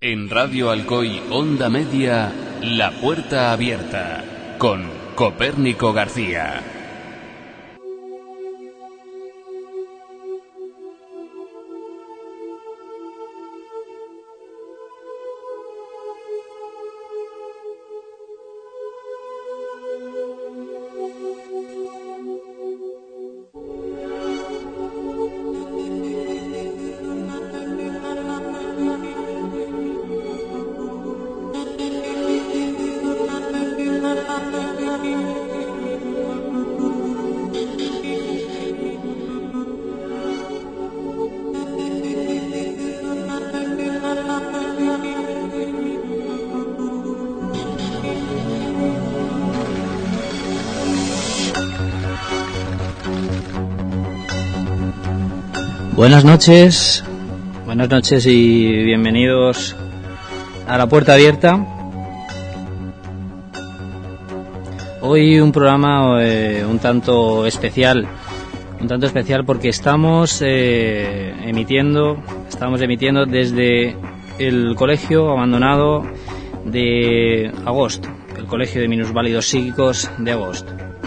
En Radio Alcoy Onda Media, La Puerta Abierta, con Copérnico García. Buenas noches y bienvenidos a La Puerta Abierta. Hoy un programa un tanto especial porque estamos emitiendo desde el colegio abandonado de Agost, el colegio de minusválidos psíquicos de Agost.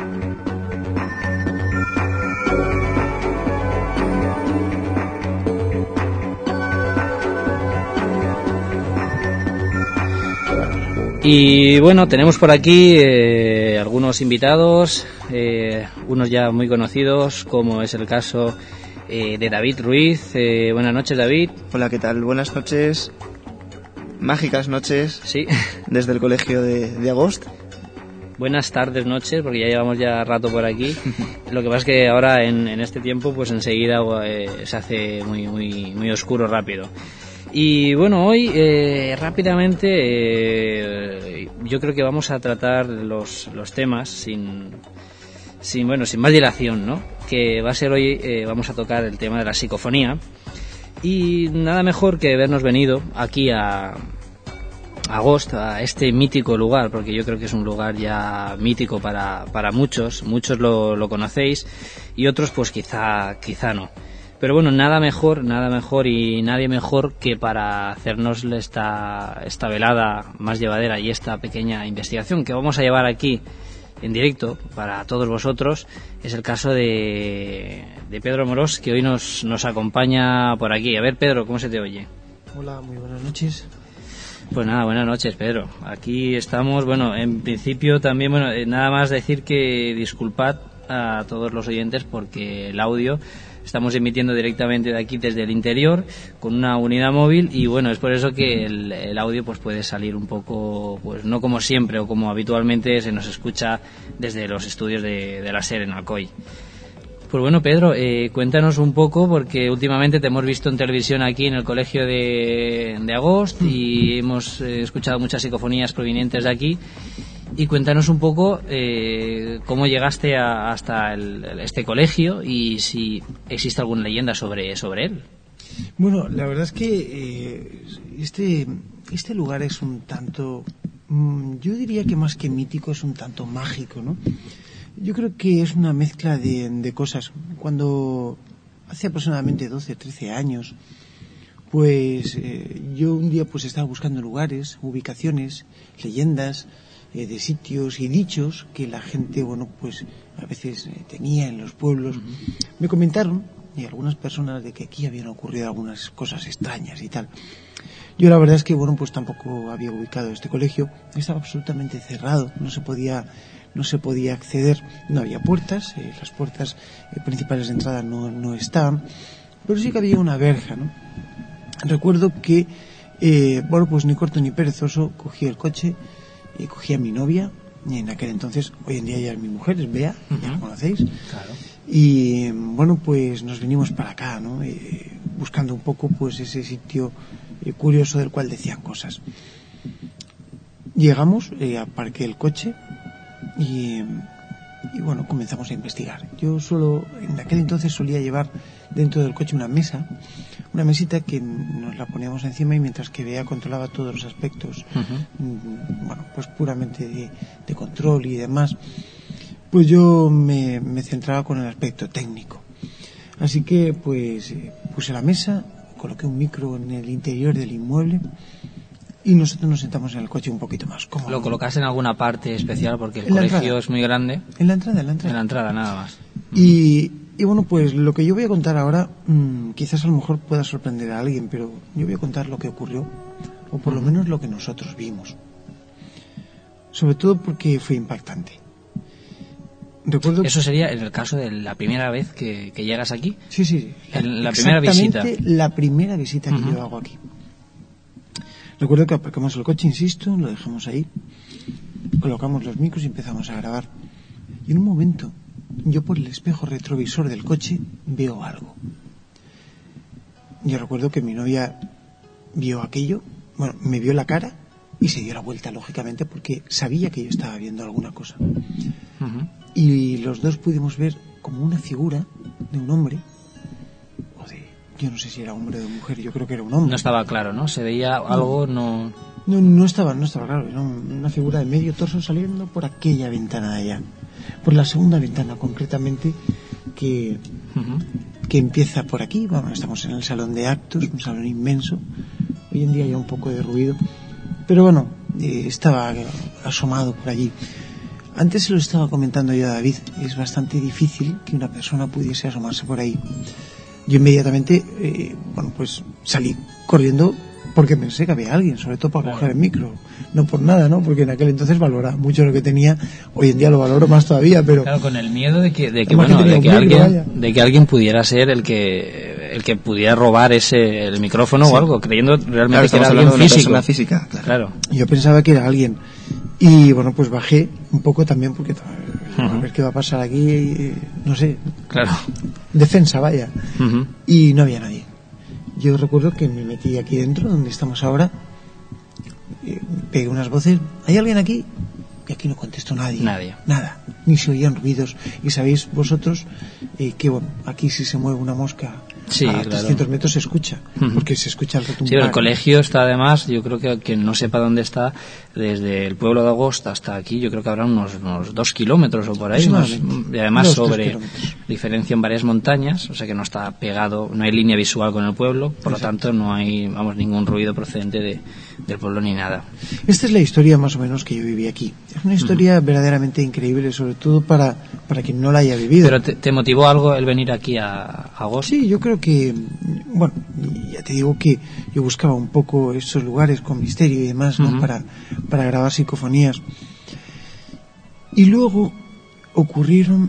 Y bueno, tenemos por aquí algunos invitados, unos ya muy conocidos, como es el caso de David Ruiz. Buenas noches, David. Hola, ¿qué tal? Buenas noches, mágicas noches, sí, desde el colegio de Agost. Buenas tardes, noches, porque ya llevamos ya rato por aquí. Lo que pasa es que ahora en este tiempo, pues enseguida se hace muy oscuro rápido. Y bueno, hoy rápidamente yo creo que vamos a tratar los temas sin más dilación, ¿no? Que va a ser hoy, vamos a tocar el tema de la psicofonía. Y nada mejor que habernos venido aquí a Agost, a este mítico lugar, porque yo creo que es un lugar ya mítico para muchos lo conocéis y otros pues quizá no. Pero bueno, nada mejor y nadie mejor que para hacernos esta velada más llevadera y esta pequeña investigación que vamos a llevar aquí en directo para todos vosotros. Es el caso de Pedro Morós, que hoy nos acompaña por aquí. A ver, Pedro, ¿cómo se te oye? Hola, muy buenas noches. Pues nada, buenas noches, Pedro. Aquí estamos. Bueno, en principio también, nada más decir que disculpad a todos los oyentes porque el audio estamos emitiendo directamente de aquí desde el interior con una unidad móvil y bueno, es por eso que el audio pues puede salir un poco, pues no como siempre o como habitualmente se nos escucha desde los estudios de la SER en Alcoy. Pues bueno, Pedro, cuéntanos un poco, porque últimamente te hemos visto en televisión aquí en el colegio de Agost y hemos escuchado muchas psicofonías provenientes de aquí. Y cuéntanos un poco cómo llegaste hasta este colegio y si existe alguna leyenda sobre él. Bueno, la verdad es que este lugar es un tanto, yo diría que más que mítico, es un tanto mágico, ¿no? Yo creo que es una mezcla de cosas. Cuando hace aproximadamente 12, 13 años, pues yo un día pues estaba buscando lugares, ubicaciones, leyendas de sitios y dichos que la gente, bueno, pues a veces tenía en los pueblos. Me comentaron, y algunas personas, de que aquí habían ocurrido algunas cosas extrañas y tal. Yo la verdad es que, bueno, pues tampoco había ubicado este colegio. Estaba absolutamente cerrado, no se podía acceder, no había puertas, las puertas principales de entrada no estaban, pero sí que había una verja, ¿no? Recuerdo que, bueno, pues ni corto ni perezoso, cogí el coche y cogí a mi novia, y en aquel entonces, hoy en día ya es mi mujer, es Bea, ya la conocéis. Claro. Y bueno, pues nos vinimos para acá, ¿no? Buscando un poco pues ese sitio curioso del cual decían cosas. Llegamos, aparqué el coche y bueno, comenzamos a investigar. Yo en aquel entonces solía llevar dentro del coche una mesita que nos la poníamos encima y mientras que Bea controlaba todos los aspectos, bueno, pues puramente de control y demás, pues yo me centraba con el aspecto técnico. Así que pues puse la mesa, coloqué un micro en el interior del inmueble y nosotros nos sentamos en el coche un poquito más cómodo. ¿Lo colocaste en alguna parte especial? Porque el En la colegio entrada. es muy grande. En la entrada. En la entrada, nada más. Y bueno, pues lo que yo voy a contar ahora, quizás a lo mejor pueda sorprender a alguien, pero yo voy a contar lo que ocurrió, o por lo menos lo que nosotros vimos. Sobre todo porque fue impactante. Recuerdo Eso sería en el caso de la primera vez que llegas aquí. Sí. La primera visita. La primera visita que yo hago aquí. Recuerdo que aparcamos el coche, insisto, lo dejamos ahí, colocamos los micros y empezamos a grabar. Y en un momento, yo por el espejo retrovisor del coche veo algo. Yo recuerdo que mi novia vio aquello, bueno, me vio la cara y se dio la vuelta, lógicamente, porque sabía que yo estaba viendo alguna cosa. Y los dos pudimos ver como una figura de un hombre, yo no sé si era hombre o de mujer, yo creo que era un hombre. No estaba claro, ¿no? Se veía algo, no... No estaba claro, era una figura de medio torso saliendo por aquella ventana de allá. Por la segunda ventana, concretamente, que empieza por aquí. Bueno, estamos en el salón de actos, un salón inmenso. Hoy en día hay un poco de ruido. Pero bueno, estaba asomado por allí. Antes se lo estaba comentando yo a David, es bastante difícil que una persona pudiese asomarse por ahí. Yo inmediatamente, pues salí corriendo porque pensé que había alguien, sobre todo para coger el micro. No por nada, ¿no? Porque en aquel entonces valoraba mucho lo que tenía. Hoy en día lo valoro más todavía, pero... Claro, con el miedo de que alguien pudiera ser el que pudiera robar el micrófono o algo, creyendo realmente que era alguien físico. Física, Claro. Yo pensaba que era alguien. Y bueno, pues bajé un poco también porque a ver qué va a pasar aquí, no sé. Claro. Defensa, vaya. Y no había nadie. Yo recuerdo que me metí aquí dentro, donde estamos ahora, pegué unas voces, ¿hay alguien aquí? Y aquí no contestó nadie. Nada. Ni se oían ruidos. Y sabéis vosotros que, bueno, aquí si se mueve una mosca a 300 metros se escucha, porque se escucha el retumbar. Sí, el colegio está además, yo creo que quien no sepa dónde está, desde el pueblo de Agosta hasta aquí, yo creo que habrá unos 2 kilómetros o por ahí. Y además sobre diferencia en varias montañas, o sea que no está pegado, no hay línea visual con el pueblo, por lo tanto no hay, ningún ruido procedente del pueblo ni nada. Esta es la historia más o menos que yo viví aquí. Es una historia verdaderamente increíble, sobre todo para quien no la haya vivido. ¿Pero te motivó algo el venir aquí a Agosta? Sí, yo creo que, bueno, ya te digo que yo buscaba un poco estos lugares con misterio y demás, ¿no? Para grabar psicofonías. Y luego ocurrieron,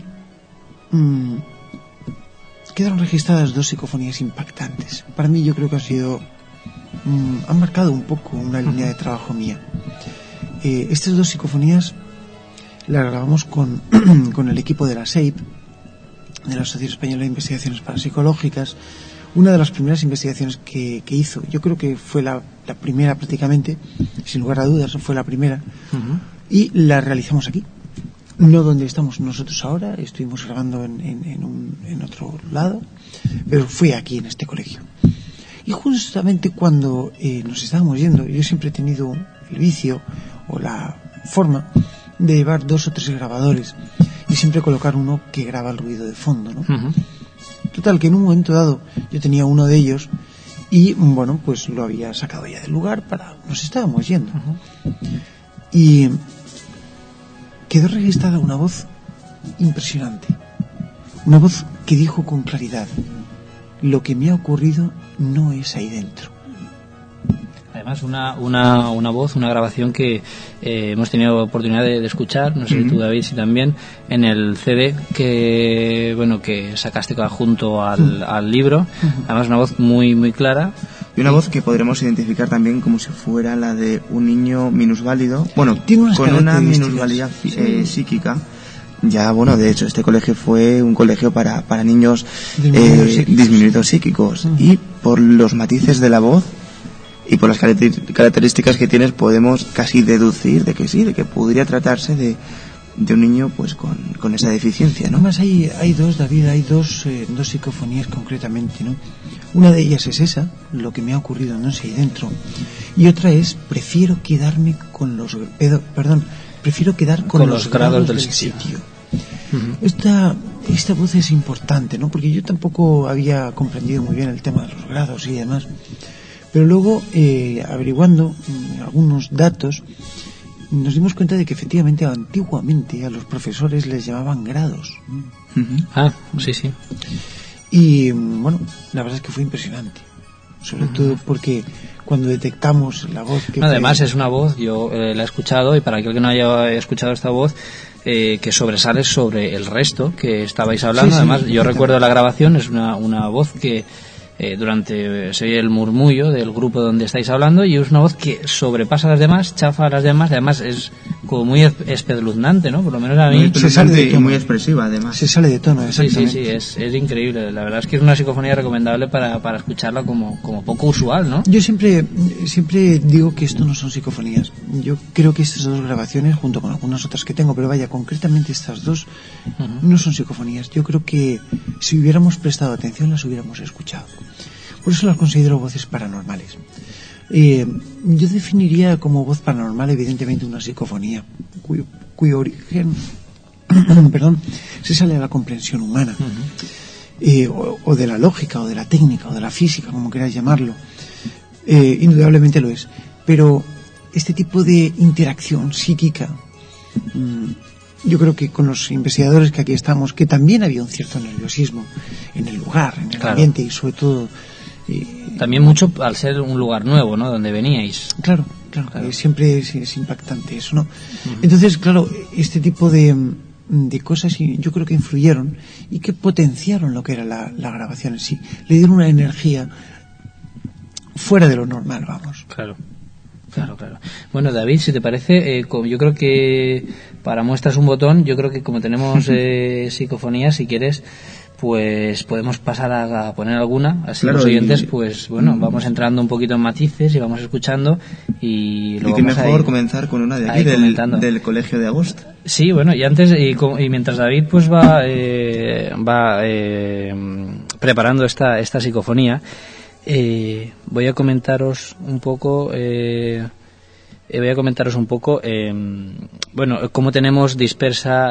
quedaron registradas 2 psicofonías impactantes. Para mí yo creo que han marcado un poco una línea de trabajo mía. Estas 2 psicofonías las grabamos con el equipo de la SEIP, de la Asociación Española de Investigaciones Parapsicológicas. Una de las primeras investigaciones que hizo, yo creo que fue la primera prácticamente, sin lugar a dudas, fue la primera, y la realizamos aquí. No donde estamos nosotros ahora, estuvimos grabando en otro lado, pero fue aquí, en este colegio. Y justamente cuando nos estábamos yendo, yo siempre he tenido el vicio o la forma de llevar 2 o 3 grabadores y siempre colocar uno que graba el ruido de fondo, ¿no? Total, que en un momento dado yo tenía uno de ellos y, bueno, pues lo había sacado ya del lugar nos estábamos yendo. Y quedó registrada una voz impresionante, una voz que dijo con claridad: lo que me ha ocurrido no es ahí dentro. Además, una voz, una grabación que hemos tenido oportunidad de escuchar, no sé si tú, David, si también, en el CD que sacaste junto al libro. Además, una voz muy, muy clara. Y una voz que podremos identificar también como si fuera la de un niño minusválido, con una minusvalidad psíquica. Ya, de hecho, este colegio fue un colegio para niños disminuidos psíquicos. Y por los matices de la voz y por las características que tienes, podemos casi deducir de que sí, de que podría tratarse de un niño pues con esa deficiencia, ¿no? Además hay 2, David, hay dos psicofonías concretamente, ¿no? Una de ellas es esa, lo que me ha ocurrido no sé ahí dentro, y otra es prefiero quedar con los grados del sitio. Esta voz es importante, ¿no? Porque yo tampoco había comprendido muy bien el tema de los grados y demás. Pero luego, averiguando algunos datos, nos dimos cuenta de que efectivamente antiguamente a los profesores les llamaban grados. Sí, sí. Y bueno, la verdad es que fue impresionante. Sobre todo porque cuando detectamos la voz que... Además es una voz, yo la he escuchado, y para aquel que no haya escuchado esta voz, que sobresale sobre el resto que estabais hablando. Sí, además, yo recuerdo la grabación, es una voz que se oye el murmullo del grupo donde estáis hablando, y es una voz que sobrepasa a las demás, chafa a las demás, y además es como muy espeluznante, ¿no? Por lo menos a mí... Se sale y muy expresiva, además. Se sale de tono, exactamente. Sí, es increíble. La verdad es que es una psicofonía recomendable para escucharla como poco usual, ¿no? Yo siempre digo que esto no son psicofonías. Yo creo que estas dos grabaciones, junto con algunas otras que tengo, pero vaya, concretamente estas dos, no son psicofonías. Yo creo que si hubiéramos prestado atención las hubiéramos escuchado. Por eso las considero voces paranormales. Yo definiría como voz paranormal evidentemente una psicofonía cuyo origen se sale a la comprensión humana, o de la lógica, o de la técnica, o de la física, como queráis llamarlo. Indudablemente lo es, pero este tipo de interacción psíquica, yo creo que con los investigadores que aquí estamos, que también había un cierto nerviosismo en el lugar, en el ambiente, y sobre todo también mucho al ser un lugar nuevo, ¿no? Donde veníais. Claro. Siempre es impactante eso, ¿no? Entonces, claro, este tipo de cosas yo creo que influyeron y que potenciaron lo que era la grabación en sí. Le dieron una energía fuera de lo normal, vamos. Claro. Bueno, David, si te parece, yo creo que para muestras un botón, yo creo que como tenemos psicofonías, si quieres, pues podemos pasar a poner alguna, así los oyentes, pues bueno, vamos entrando un poquito en matices y vamos escuchando, y luego qué mejor comenzar con una de aquí, del Colegio de Agost. Sí, bueno, y antes, y mientras David pues va preparando esta psicofonía, voy a comentaros un poco bueno, cómo tenemos dispersa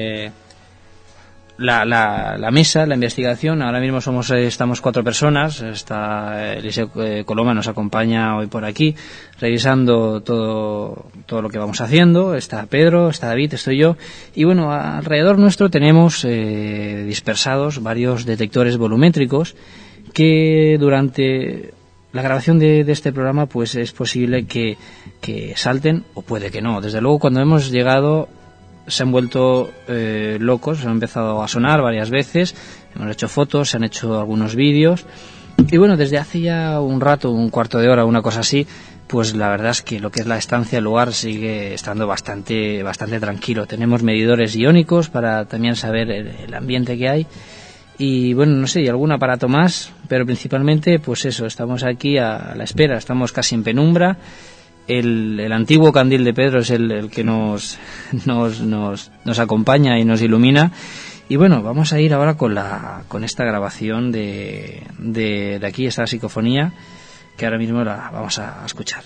la mesa, la investigación. Ahora mismo estamos 4 personas. Está Eliseo Coloma, nos acompaña hoy por aquí, revisando todo lo que vamos haciendo. Está Pedro, está David, estoy yo. Y bueno, alrededor nuestro tenemos dispersados varios detectores volumétricos que durante la grabación de este programa pues es posible que salten, o puede que no. Desde luego, cuando hemos llegado se han vuelto locos, han empezado a sonar varias veces, hemos hecho fotos, se han hecho algunos vídeos, y bueno, desde hace ya un rato, un cuarto de hora, una cosa así, pues la verdad es que lo que es la estancia, el lugar, sigue estando bastante tranquilo. Tenemos medidores iónicos para también saber el ambiente que hay, y bueno, no sé, y algún aparato más, pero principalmente pues eso, estamos aquí a la espera, estamos casi en penumbra. El antiguo candil de Pedro es el que nos acompaña y nos ilumina. Y bueno, vamos a ir ahora con esta grabación de aquí, esta psicofonía, que ahora mismo la vamos a escuchar.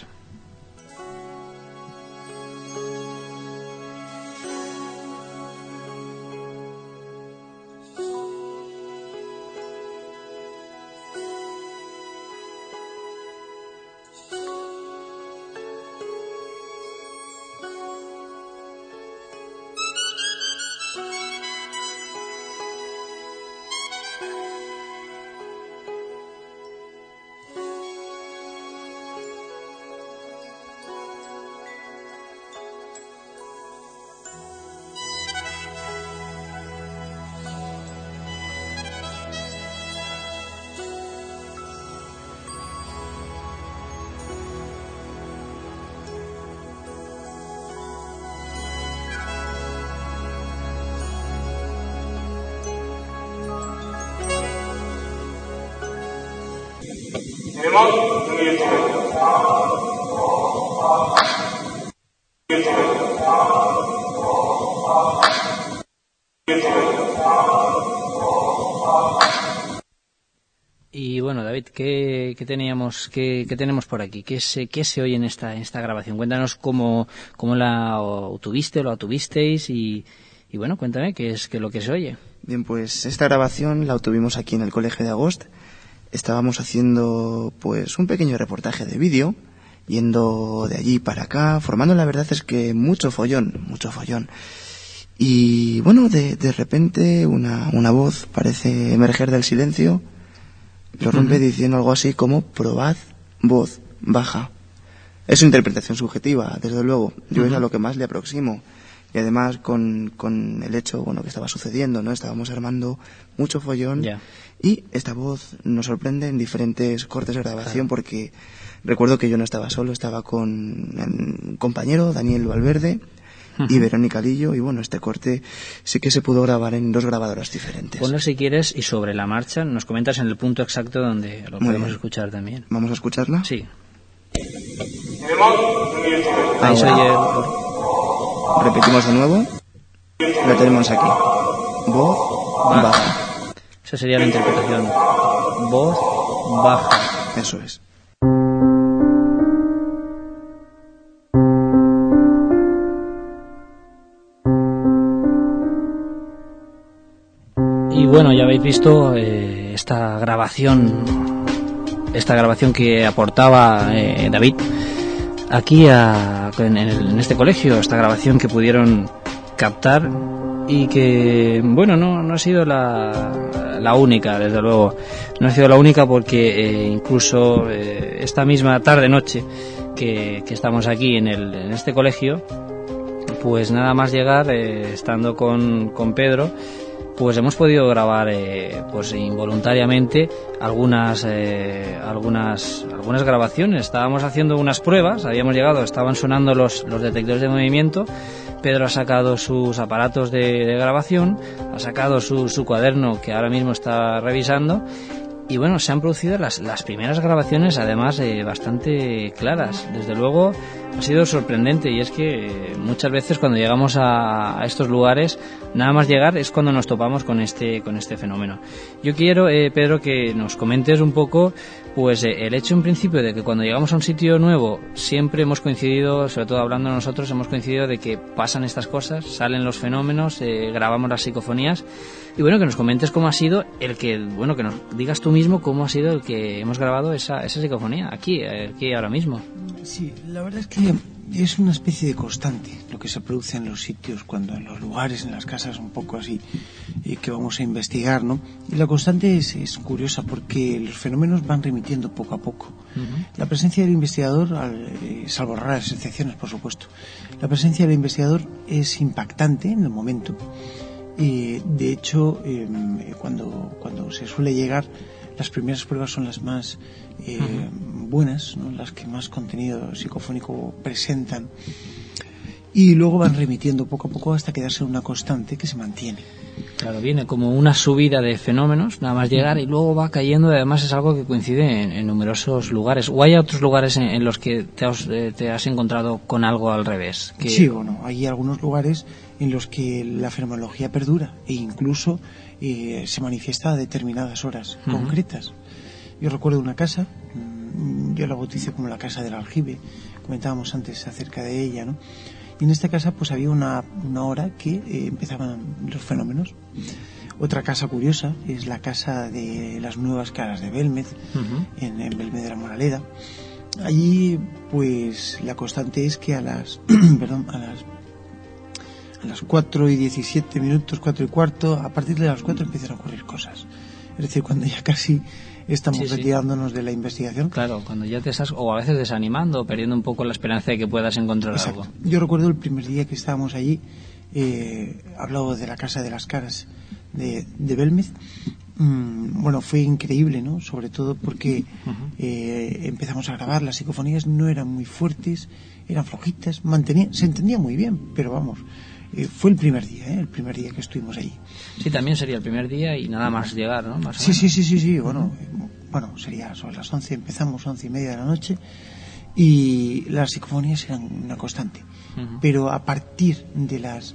Y bueno, David, ¿qué tenemos por aquí? ¿Qué se oye en esta grabación? Cuéntanos cómo la obtuviste, lo obtuvisteis, y bueno, cuéntame qué es lo que se oye. Bien, pues esta grabación la obtuvimos aquí en el Colegio de Agost. estábamos haciendo pues un pequeño reportaje de vídeo, yendo de allí para acá, formando, la verdad es que mucho follón. Y bueno, de repente una voz parece emerger del silencio, lo rompe diciendo algo así como: probad voz baja. Es su interpretación subjetiva, desde luego. Yo es a lo que más le aproximo. Y además con el hecho, bueno, que estaba sucediendo, ¿no? Estábamos armando mucho follón. Yeah. Y esta voz nos sorprende en diferentes cortes de grabación, porque recuerdo que yo no estaba solo, estaba con un compañero, Daniel Valverde, y Verónica Lillo, y bueno, este corte sí que se pudo grabar en 2 grabadoras diferentes. Ponlo si quieres y sobre la marcha nos comentas en el punto exacto donde lo podemos escuchar también. ¿Vamos a escucharla? Sí. Ahí se oye. Repetimos de nuevo. Lo tenemos aquí. Voz baja. Esa sería la interpretación. Voz baja. Eso es. Y bueno, ya habéis visto esta grabación que aportaba David aquí en este colegio, esta grabación que pudieron captar y que, bueno, no ha sido la única, desde luego. No ha sido la única porque incluso esta misma tarde-noche que estamos aquí en este colegio, pues nada más llegar, estando con Pedro, pues hemos podido grabar pues involuntariamente algunas grabaciones. Estábamos haciendo unas pruebas, habíamos llegado, estaban sonando los detectores de movimiento. Pedro ha sacado sus aparatos de grabación, ha sacado su cuaderno que ahora mismo está revisando. Y bueno, se han producido las primeras grabaciones, además bastante claras. Desde luego ha sido sorprendente, y es que muchas veces cuando llegamos a estos lugares, nada más llegar es cuando nos topamos con este fenómeno. Yo quiero, Pedro, que nos comentes un poco pues el hecho en principio de que cuando llegamos a un sitio nuevo siempre hemos coincidido, sobre todo hablando nosotros, hemos coincidido de que pasan estas cosas, salen los fenómenos, grabamos las psicofonías. Y bueno, que nos comentes cómo ha sido que nos digas tú mismo cómo ha sido el que hemos grabado esa psicofonía aquí ahora mismo. Sí, la verdad es que es una especie de constante lo que se produce en los sitios, cuando en los lugares, en las casas un poco así, que vamos a investigar, ¿no? Y la constante es curiosa porque los fenómenos van remitiendo poco a poco. Uh-huh. La presencia del investigador, salvo raras excepciones, por supuesto, la presencia del investigador es impactante en el momento. De hecho, cuando se suele llegar, las primeras pruebas son las más buenas, ¿no? Las que más contenido psicofónico presentan, y luego van remitiendo poco a poco hasta quedarse una constante que se mantiene. Claro, viene como una subida de fenómenos, nada más llegar, y luego va cayendo. Además es algo que coincide en numerosos lugares. ¿O hay otros lugares en los que te has encontrado con algo al revés? Sí, bueno, hay algunos lugares en los que la fenomenología perdura e incluso se manifiesta a determinadas horas concretas. Yo recuerdo una casa, yo la bauticé como la casa del aljibe, comentábamos antes acerca de ella, ¿no? Y en esta casa pues había una hora que empezaban los fenómenos. Otra casa curiosa es la casa de las nuevas caras de Belmez, en Belmez de la Moraleda. Allí pues la constante es que a las 4:17 minutos, 4:15, a partir de las 4 empiezan a ocurrir cosas. Es decir, cuando ya casi estamos retirándonos de la investigación. Claro, cuando ya te estás, o a veces desanimando, o perdiendo un poco la esperanza de que puedas encontrar algo. Yo recuerdo el primer día que estábamos allí, hablaba de la Casa de las Caras de Belmez. Bueno, fue increíble, ¿no? Sobre todo porque empezamos a grabar, las psicofonías no eran muy fuertes, eran flojitas, se entendía muy bien, pero vamos, fue el primer día que estuvimos allí. Sí, también sería el primer día y nada más llegar, ¿no? Más Sí, bueno, sería sobre las 11, empezamos 11:30 de la noche, y las psicofonías eran una constante. Pero a partir de las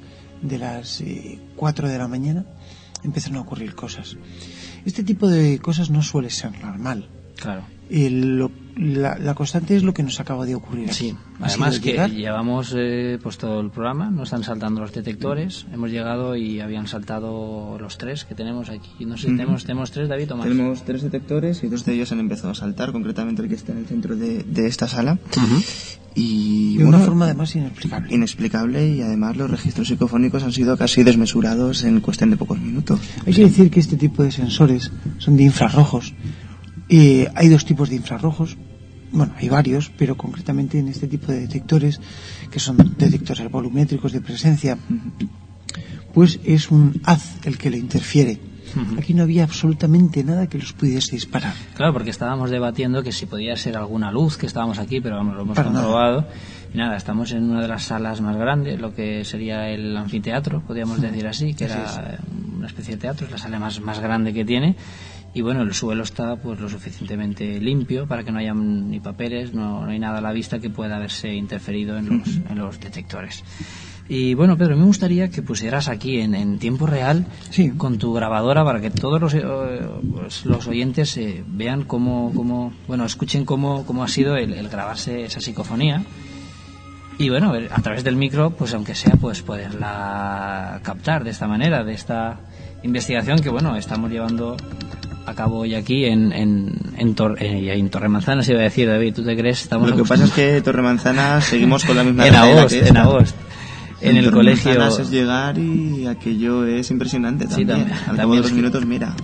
4 de la mañana empezaron a ocurrir cosas. Este tipo de cosas no suele ser normal. Claro. La constante es lo que nos acaba de ocurrir aquí. Sí, además que llevamos pues todo el programa, nos están saltando los detectores, hemos llegado y habían saltado los 3 que tenemos aquí. No sé, tenemos 3, David, o más. Tenemos 3 detectores y 2 de ellos han empezado a saltar, concretamente el que está en el centro de esta sala. Y de una forma además inexplicable. Inexplicable, y además los registros psicofónicos han sido casi desmesurados en cuestión de pocos minutos. Hay que decir que este tipo de sensores son de infrarrojos. Hay 2 tipos de infrarrojos. Bueno, hay varios, pero concretamente en este tipo de detectores, que son detectores volumétricos de presencia, pues es un haz el que le interfiere. Aquí no había absolutamente nada que los pudiese disparar. Claro, porque estábamos debatiendo que si podía ser alguna luz, que estábamos aquí, pero vamos, lo hemos Para comprobado. Nada. Y nada, estamos en una de las salas más grandes, lo que sería el anfiteatro, podríamos decir así, que era una especie de teatro, es la sala más grande que tiene. Y bueno, el suelo está pues lo suficientemente limpio para que no haya ni papeles, no hay nada a la vista que pueda haberse interferido en los detectores. Y bueno, Pedro, me gustaría que pusieras aquí en tiempo real con tu grabadora para que todos los oyentes vean escuchen cómo ha sido el grabarse esa psicofonía. Y bueno, a través del micro, pues aunque sea, pues poderla captar de esta manera, de esta investigación que bueno, estamos llevando a cabo hoy aquí en Torremanzana, se iba a decir, David, ¿tú te crees? Lo que pasa es que Torremanzana seguimos con la misma en agosto. En el colegio es llegar y aquello es impresionante también. Al cabo de 2 minutos, mira.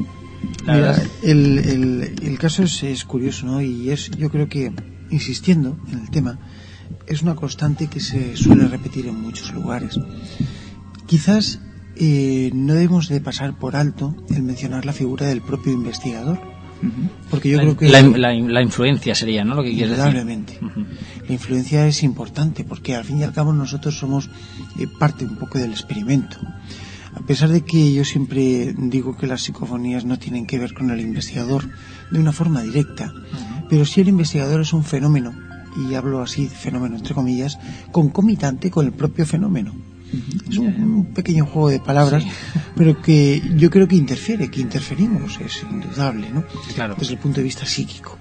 El caso es curioso, ¿no? Y yo creo que, insistiendo en el tema, es una constante que se suele repetir en muchos lugares. Quizás no debemos de pasar por alto el mencionar la figura del propio investigador, porque yo creo que la influencia sería, ¿no? Lo que quieres decir. Indudablemente. La influencia es importante porque al fin y al cabo nosotros somos parte un poco del experimento. A pesar de que yo siempre digo que las psicofonías no tienen que ver con el investigador de una forma directa, pero sí el investigador es un fenómeno, y hablo así, fenómeno entre comillas, concomitante con el propio fenómeno. Es un pequeño juego de palabras, pero que yo creo que interferimos, es indudable, ¿no? Claro. Desde el punto de vista psíquico.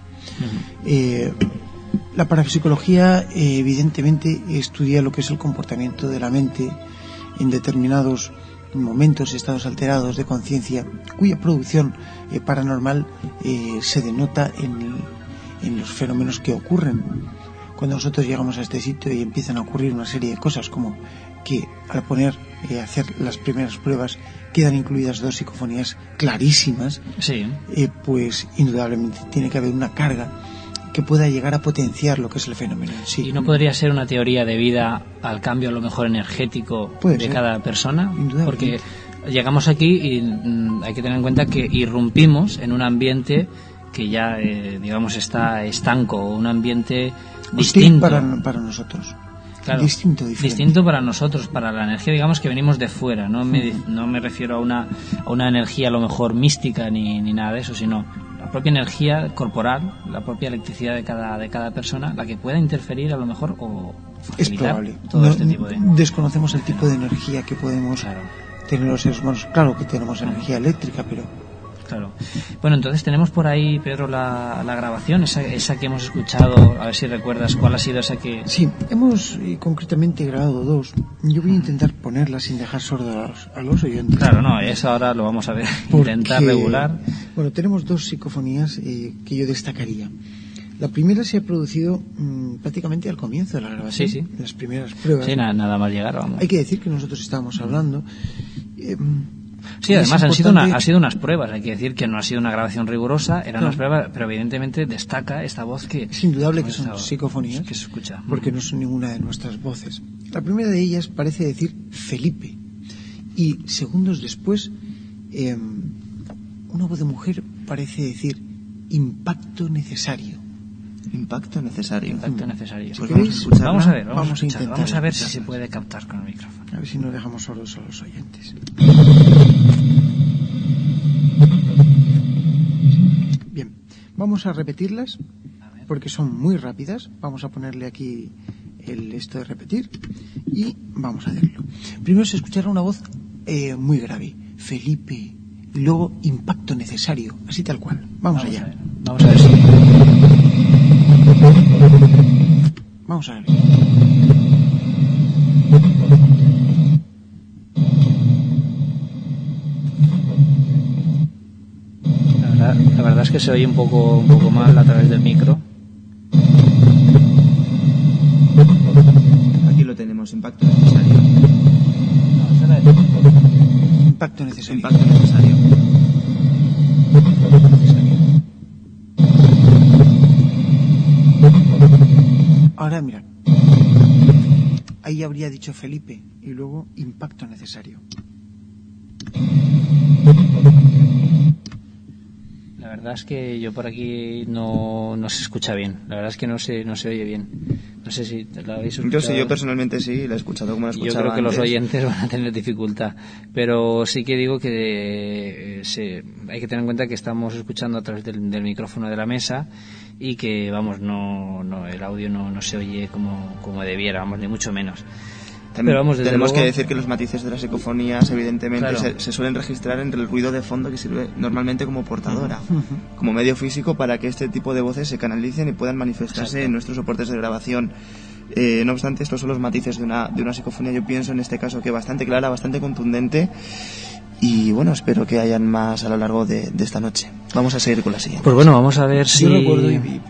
La parapsicología evidentemente estudia lo que es el comportamiento de la mente en determinados momentos, estados alterados de conciencia, cuya producción paranormal se denota en los fenómenos que ocurren. Cuando nosotros llegamos a este sitio y empiezan a ocurrir una serie de cosas, como que al hacer las primeras pruebas quedan incluidas 2 psicofonías clarísimas, pues indudablemente tiene que haber una carga que pueda llegar a potenciar lo que es el fenómeno en sí. ¿Y no podría ser una teoría debida al cambio a lo mejor energético de cada persona? Porque llegamos aquí y hay que tener en cuenta que irrumpimos en un ambiente que ya digamos está estanco, un ambiente distinto para nosotros. Claro, distinto para nosotros, para la energía, digamos, que venimos de fuera. No me refiero a una energía a lo mejor mística ni nada de eso, sino la propia energía corporal, la propia electricidad de cada persona, la que pueda interferir a lo mejor o facilitar todo este tipo de... Desconocemos el tipo de energía que podemos tener los seres humanos. Claro que tenemos energía eléctrica, pero... Claro. Bueno, entonces tenemos por ahí, Pedro, la grabación, esa que hemos escuchado, a ver si recuerdas cuál ha sido esa que... Sí, hemos concretamente grabado 2. Yo voy a intentar ponerlas sin dejar sordos a los oyentes. Claro, no, eso ahora lo vamos a ver, intentar regular. Bueno, tenemos 2 psicofonías que yo destacaría. La primera se ha producido prácticamente al comienzo de la grabación, en las primeras pruebas. Sí, nada más llegar, vamos. Hay que decir que nosotros estábamos hablando... Sí, además han sido unas pruebas, hay que decir que no ha sido una grabación rigurosa, eran unas pruebas, pero evidentemente destaca esta voz que... Es indudable que son psicofonías, que se escucha. Porque no son ninguna de nuestras voces. La primera de ellas parece decir Felipe, y segundos después una voz de mujer parece decir impacto necesario. Impacto necesario. Pues vamos a ver, vamos a ver si se puede captar con el micrófono. A ver si no dejamos sordos a los oyentes. Bien, vamos a repetirlas porque son muy rápidas. Vamos a ponerle aquí esto de repetir y vamos a hacerlo. Primero se escuchará una voz muy grave, Felipe, y luego impacto necesario, así tal cual. Vamos allá. Vamos a ver si... Vamos a ver. La verdad es que se oye un poco mal a través del micro. Aquí lo tenemos, impacto necesario. Impacto necesario. Impacto necesario. Ahora mira, ahí habría dicho Felipe y luego impacto necesario. La verdad es que yo por aquí no se escucha bien. La verdad es que no se oye bien. No sé si la habéis escuchado. Yo personalmente sí, la he escuchado como la escuchaba. Yo creo que antes. los oyentes van a tener dificultad. Pero sí que digo que hay que tener en cuenta que estamos escuchando a través del micrófono de la mesa y que, vamos, el audio no se oye como debiera, vamos, ni mucho menos. Pero vamos, tenemos luego... que decir que los matices de las psicofonías, evidentemente, claro, se suelen registrar entre el ruido de fondo que sirve normalmente como portadora, como medio físico para que este tipo de voces se canalicen y puedan manifestarse. Exacto. En nuestros soportes de grabación. No obstante, estos son los matices de una psicofonía, yo pienso en este caso que bastante clara, bastante contundente. Y bueno, espero que hayan más a lo largo de esta noche. Vamos a seguir con la siguiente. Pues bueno, vamos a ver si... Yo recuerdo,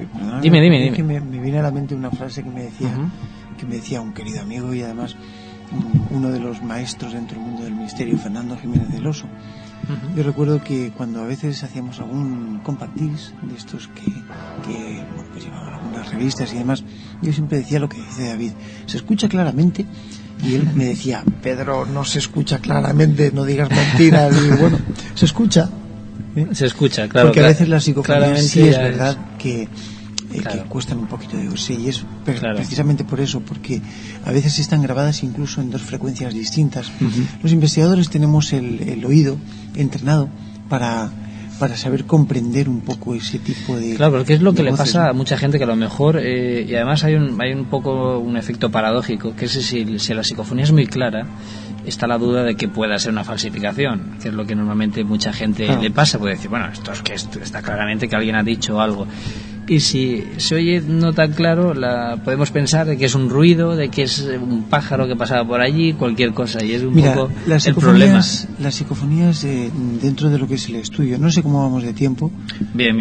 Dime. Que me viene a la mente una frase que me decía un querido amigo y además uno de los maestros dentro del mundo del misterio, Fernando Jiménez del Oso. Yo recuerdo que cuando a veces hacíamos algún compact disc de estos que pues llevaban algunas revistas y demás, yo siempre decía lo que dice David: se escucha claramente. Y él me decía: Pedro, no se escucha claramente, no digas mentiras. Y bueno, se escucha. Se escucha, claro. Porque a veces las psicofonías sí es verdad que claro, que cuestan un poquito de oírse, y es precisamente por eso, porque a veces están grabadas incluso en dos frecuencias distintas. Los investigadores tenemos el oído entrenado para saber comprender un poco ese tipo de... Claro, porque es lo que le voces, pasa ¿no? a mucha gente, que a lo mejor, y además hay un poco un efecto paradójico, que es si la psicofonía es muy clara, está la duda de que pueda ser una falsificación, que es lo que normalmente mucha gente le pasa, puede decir, bueno, esto está claramente que alguien ha dicho algo. Y si se oye no tan claro, podemos pensar de que es un ruido, de que es un pájaro que pasaba por allí, cualquier cosa, y es un poco el problema. Las psicofonías dentro de lo que es el estudio, no sé cómo vamos de tiempo. Bien.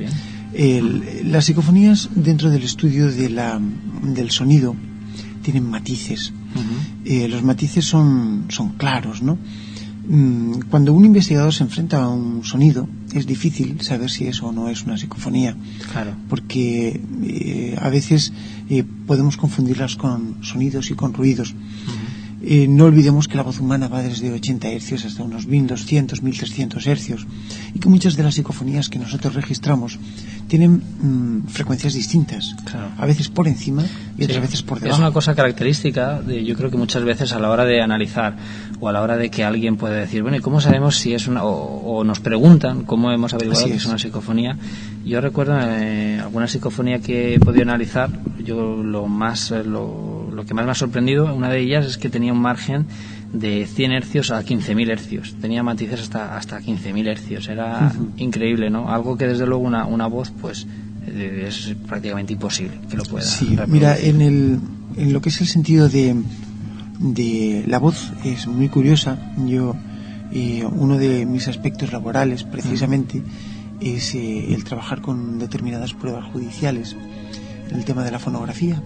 Las psicofonías dentro del estudio del sonido tienen matices. Los matices son claros, ¿no? Cuando un investigador se enfrenta a un sonido, es difícil saber si eso o no es una psicofonía. Claro. Porque a veces podemos confundirlas con sonidos y con ruidos. No olvidemos que la voz humana va desde 80 hercios hasta unos 1200, 1300 hercios, y que muchas de las psicofonías que nosotros registramos tienen frecuencias distintas, a veces por encima y otras veces por debajo. Es una cosa característica yo creo que muchas veces a la hora de analizar o a la hora de que alguien puede decir, bueno, ¿y cómo sabemos si es una, o nos preguntan cómo hemos averiguado que es una psicofonía? Yo recuerdo alguna psicofonía que he podido analizar, yo lo que más me ha sorprendido, una de ellas es que tenía un margen de 100 hercios a 15.000 hercios, tenía matices hasta 15.000 hercios, era increíble, ¿no? Algo que desde luego una voz pues es prácticamente imposible que lo pueda reproducir. Mira, en lo que es el sentido de la voz es muy curiosa. Yo uno de mis aspectos laborales precisamente es el trabajar con determinadas pruebas judiciales, el tema de la fonografía.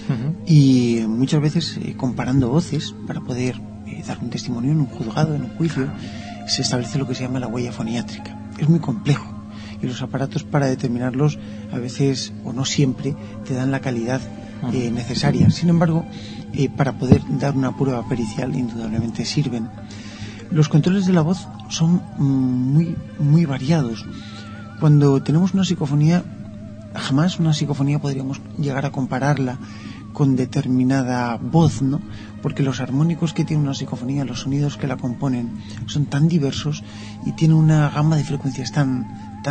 Y muchas veces comparando voces para poder dar un testimonio en un juzgado, en un juicio, se establece lo que se llama la huella foniátrica. Es muy complejo y los aparatos para determinarlos a veces o no siempre te dan la calidad necesaria. Sin embargo, para poder dar una prueba pericial indudablemente sirven. Los controles de la voz son muy, muy variados. Cuando tenemos una psicofonía, jamás una psicofonía podríamos llegar a compararla con determinada voz, ¿no? Porque los armónicos que tiene una psicofonía, los sonidos que la componen, son tan diversos y tienen una gama de frecuencias tan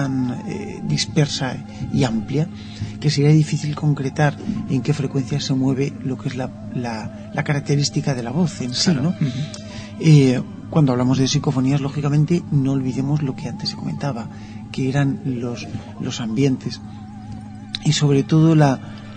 dispersa y amplia, que sería difícil concretar en qué frecuencia se mueve lo que es la característica de la voz en sí, ¿no? cuando hablamos de psicofonías, lógicamente no olvidemos lo que antes se comentaba, que eran los ambientes y sobre todo la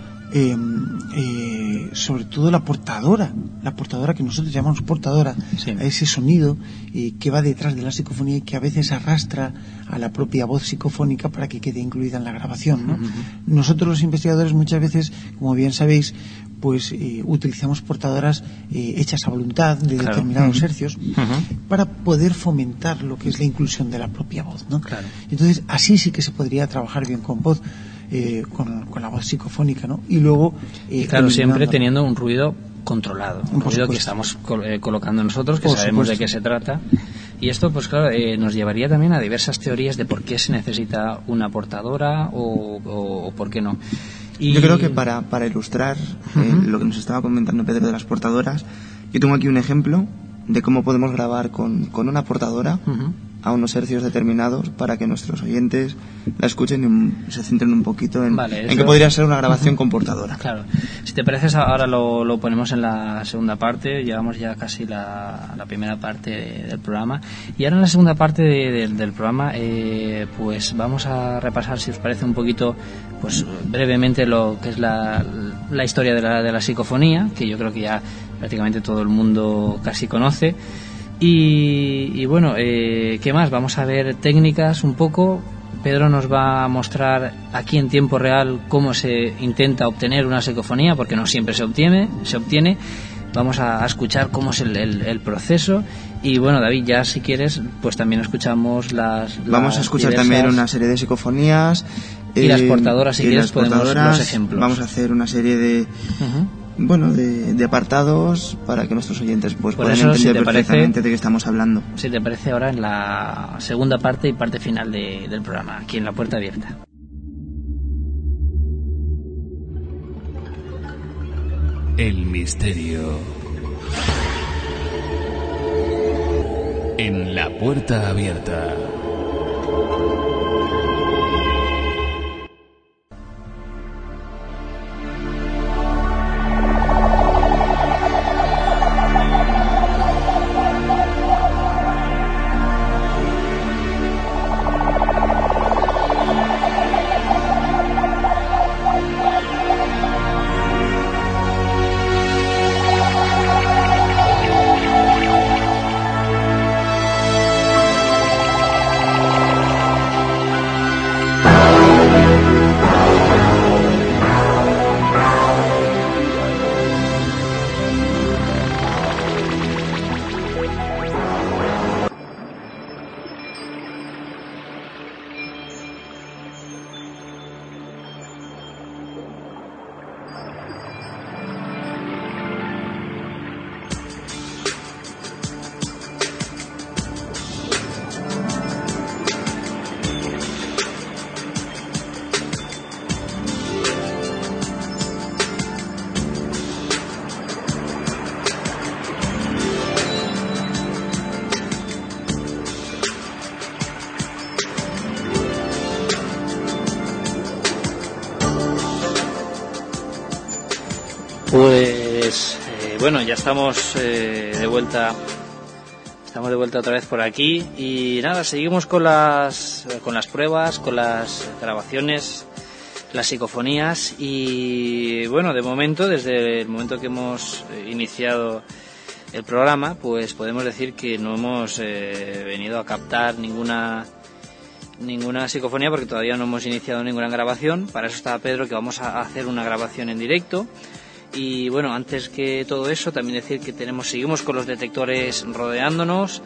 portadora que nosotros llamamos portadora, sí, a ese sonido que va detrás de la psicofonía y que a veces arrastra a la propia voz psicofónica para que quede incluida en la grabación, ¿no? Nosotros los investigadores muchas veces, como bien sabéis, pues utilizamos portadoras hechas a voluntad de determinados hercios para poder fomentar lo que es la inclusión de la propia voz, ¿no? Claro. Entonces así sí que se podría trabajar bien con voz, con la voz psicofónica, ¿no? Y luego claro, siempre teniendo un ruido controlado, un ruido que estamos colocando nosotros, que sabemos de qué se trata. Y esto, pues claro, nos llevaría también a diversas teorías de por qué se necesita una portadora o por qué no. Y... Yo creo que para ilustrar lo que nos estaba comentando Pedro de las portadoras, yo tengo aquí un ejemplo de cómo podemos grabar con una portadora a unos hercios determinados para que nuestros oyentes la escuchen y se centren un poquito en que podría ser una grabación con portadora. Claro. Si te parece, ahora lo ponemos en la segunda parte. Llevamos ya casi la primera parte del programa. Y ahora en la segunda parte del programa pues vamos a repasar, si os parece, un poquito, pues brevemente lo que es la historia de la psicofonía, que yo creo que ya prácticamente todo el mundo casi conoce. Y bueno, ¿qué más? Vamos a ver técnicas un poco. Pedro nos va a mostrar aquí en tiempo real cómo se intenta obtener una psicofonía, porque no siempre se obtiene. Vamos a escuchar cómo es el proceso. Y bueno, David, ya si quieres, pues también escuchamos Vamos a escuchar también una serie de psicofonías. Y las portadoras, si quieres, podemos los ejemplos. Vamos a hacer una serie de... de apartados para que nuestros oyentes pues puedan entender perfectamente de qué estamos hablando. Si te parece, ahora en la segunda parte y parte final del programa, aquí en La Puerta Abierta. El misterio en La Puerta Abierta. Pues bueno, ya estamos de vuelta. Estamos de vuelta otra vez por aquí y nada, seguimos con las pruebas, con las grabaciones, las psicofonías y bueno, de momento, desde el momento que hemos iniciado el programa, pues podemos decir que no hemos venido a captar ninguna psicofonía porque todavía no hemos iniciado ninguna grabación. Para eso está Pedro, que vamos a hacer una grabación en directo. Y bueno, antes que todo eso, también decir que seguimos con los detectores rodeándonos.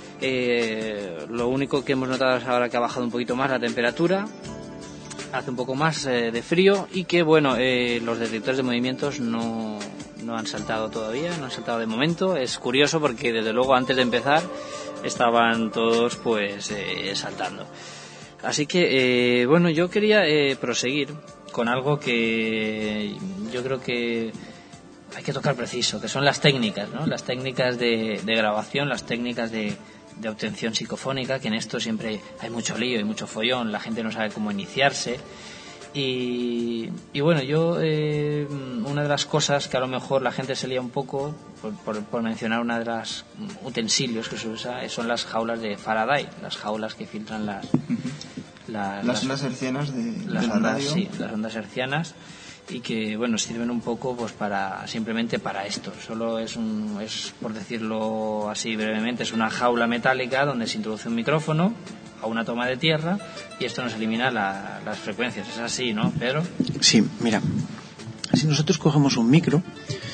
Lo único que hemos notado es ahora que ha bajado un poquito más la temperatura, hace un poco más de frío y que bueno, los detectores de movimientos no han saltado todavía, no han saltado de momento. Es curioso porque desde luego antes de empezar estaban todos pues saltando. Así que bueno, yo quería proseguir con algo que yo creo que hay que tocar preciso, que son las técnicas, ¿no? Las técnicas de grabación, las técnicas de obtención psicofónica, que en esto siempre hay mucho lío y mucho follón, la gente no sabe cómo iniciarse Y bueno, yo una de las cosas que a lo mejor la gente se lía un poco, por mencionar una de las utensilios que se usa, son las jaulas de Faraday, las jaulas que filtran las ondas hertzianas de las la ondas, radio. sí, las ondas hertzianas, y que bueno, sirven un poco pues simplemente para esto. Solo es por decirlo así brevemente, es una jaula metálica donde se introduce un micrófono a una toma de tierra y esto nos elimina las frecuencias. Es así, ¿no, Pedro? Sí, mira, si nosotros cogemos un micro,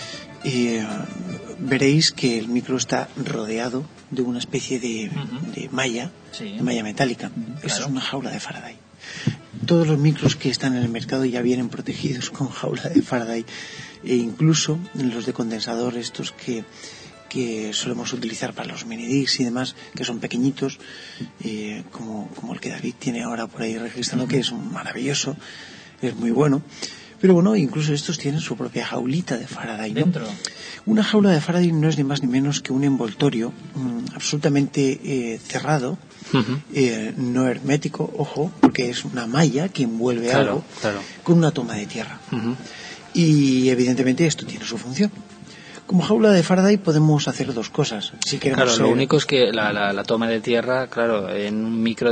veréis que el micro está rodeado de una especie de malla, sí, de malla metálica. Claro. Eso es una jaula de Faraday. Todos los micros que están en el mercado ya vienen protegidos con jaula de Faraday, e incluso los de condensador estos que solemos utilizar para los mini-DIGs y demás, que son pequeñitos, como el que David tiene ahora por ahí registrando, que es maravilloso, es muy bueno. Pero bueno, incluso estos tienen su propia jaulita de Faraday, ¿no? Dentro. Una jaula de Faraday no es ni más ni menos que un envoltorio absolutamente cerrado, no hermético, ojo, porque es una malla que envuelve algo con una toma de tierra. Y evidentemente esto tiene su función. Como jaula de Faraday podemos hacer dos cosas. Si queremos lo único es que la toma de tierra, claro, en un micro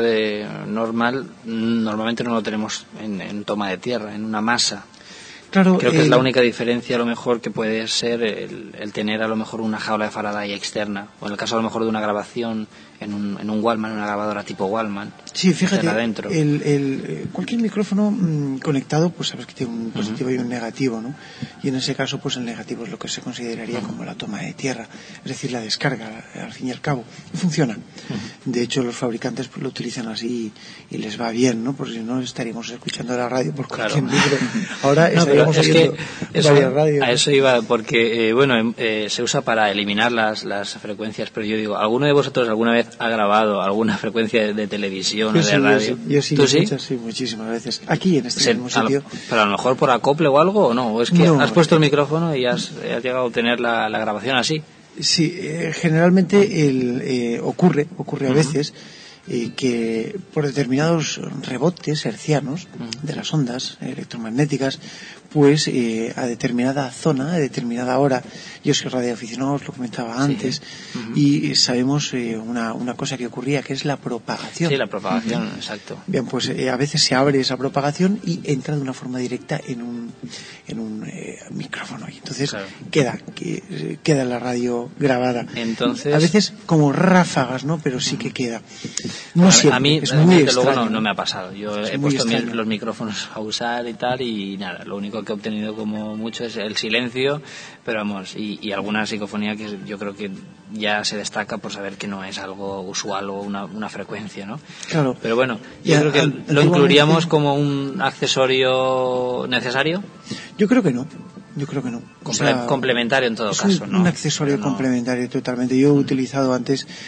normalmente no lo tenemos en toma de tierra, en una masa. Claro, creo que es la única diferencia a lo mejor que puede ser el tener a lo mejor una jaula de Faraday externa, o en el caso a lo mejor de una grabación en un Wallman, una grabadora tipo Wallman. Sí, fíjate, adentro. Cualquier micrófono conectado, pues sabes que tiene un positivo y un negativo, ¿no? Y en ese caso, pues el negativo es lo que se consideraría como la toma de tierra, es decir, la descarga, al fin y al cabo. Y funciona. De hecho, los fabricantes pues lo utilizan así y les va bien, ¿no? Porque si no estaríamos escuchando la radio por cualquier micro. Ahora estaríamos oyendo varias radios. A eso iba, porque se usa para eliminar las frecuencias, pero yo digo, ¿alguno de vosotros alguna vez ha grabado alguna frecuencia de televisión o de radio? Yo sí, ¿Tú sí? Muchísimas veces. Aquí, en este mismo sitio. Pero a lo mejor por acople o algo, ¿o no? ¿O es que has puesto el micrófono y has llegado a obtener la grabación así? Sí, generalmente ocurre a veces que por determinados rebotes hercianos de las ondas electromagnéticas, pues a determinada zona, a determinada hora, yo soy radioaficionado, os lo comentaba antes, y sabemos una cosa que ocurría, que es la propagación. Sí, la propagación, exacto. Bien, pues a veces se abre esa propagación y entra de una forma directa en un micrófono, y entonces queda la radio grabada. Entonces, a veces como ráfagas, ¿no? Pero sí que queda. No siempre, a mí es muy extraño. luego no me ha pasado. Yo he puesto los micrófonos a usar y tal, y nada, lo único que he obtenido como mucho es el silencio, pero vamos, y alguna psicofonía que yo creo que ya se destaca por saber que no es algo usual o una frecuencia, ¿no? Claro. Pero bueno, yo creo que lo incluiríamos como un accesorio necesario. Yo creo que no. Complementario en todo caso, ¿no? Un accesorio complementario totalmente. Yo he utilizado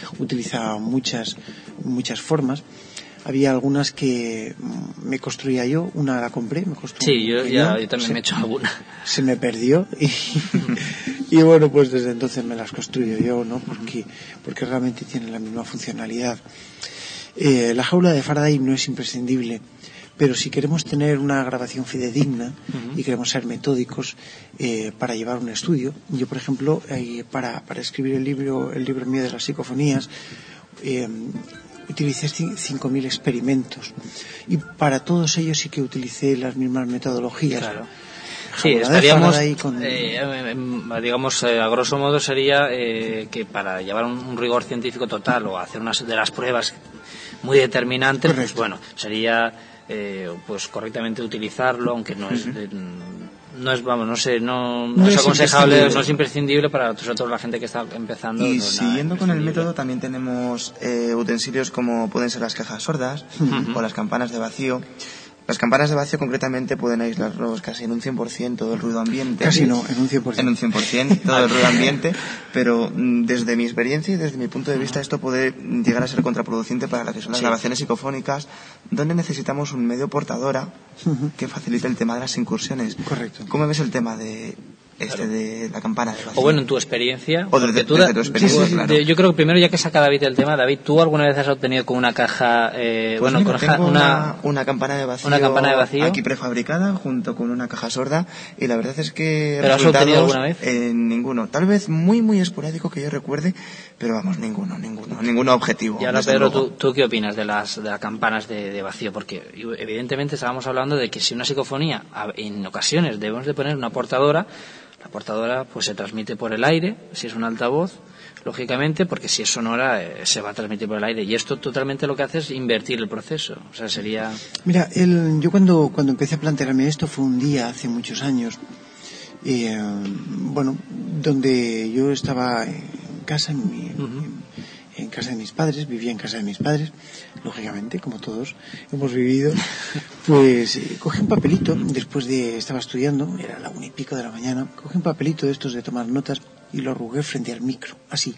muchas formas. Había algunas que me construía yo, una la compré, me costó. Sí, yo también me he hecho alguna. Se me perdió y bueno, pues desde entonces me las construyo yo, ¿no? Porque realmente tienen la misma funcionalidad. La jaula de Faraday no es imprescindible, pero si queremos tener una grabación fidedigna y queremos ser metódicos para llevar un estudio, yo por ejemplo para escribir el libro mío de las psicofonías, utilicé 5.000 experimentos y para todos ellos sí que utilicé las mismas metodologías. Claro. Sí, estaríamos, digamos, a grosso modo sería que para llevar un rigor científico total o hacer una de las pruebas muy determinantes, pues bueno, sería pues correctamente utilizarlo, aunque no es aconsejable, no es imprescindible para nosotros, la gente que está empezando. Y siguiendo con el método, también tenemos utensilios como pueden ser las cajas sordas o las campanas de vacío. Las campanas de vacío concretamente pueden aislarlos casi en un 100% del ruido ambiente. Casi no, en un 100%. En un 100% todo el ruido ambiente, pero desde mi experiencia y desde mi punto de vista esto puede llegar a ser contraproducente para lo que son las grabaciones psicofónicas, donde necesitamos un medio portadora que facilite el tema de las incursiones. Correcto. ¿Cómo ves el tema de de la campana de vacío. O bueno, en tu experiencia. O desde tu experiencia, sí, claro. Yo creo que primero, ya que saca David el tema, David, ¿tú alguna vez has obtenido con una caja, pues mira, tengo una campana de vacío, aquí prefabricada junto con una caja sorda, y la verdad es que ¿pero has obtenido alguna vez? Ninguno, tal vez muy esporádico que yo recuerde, pero vamos, ninguno objetivo. Y ahora, Pedro, ¿tú qué opinas de las campanas de vacío? Porque evidentemente estábamos hablando de que si una psicofonía, en ocasiones debemos de poner una portadora, la portadora pues se transmite por el aire, si es un altavoz, lógicamente, porque si es sonora se va a transmitir por el aire, y esto totalmente lo que hace es invertir el proceso. O sea, sería... Mira, yo cuando empecé a plantearme esto fue un día hace muchos años, donde yo estaba en casa, en casa de mis padres, vivía en casa de mis padres, lógicamente, como todos hemos vivido, pues cogí un papelito, estaba estudiando, era la 1:00 de la mañana, cogí un papelito de estos de tomar notas y lo arrugué frente al micro, así.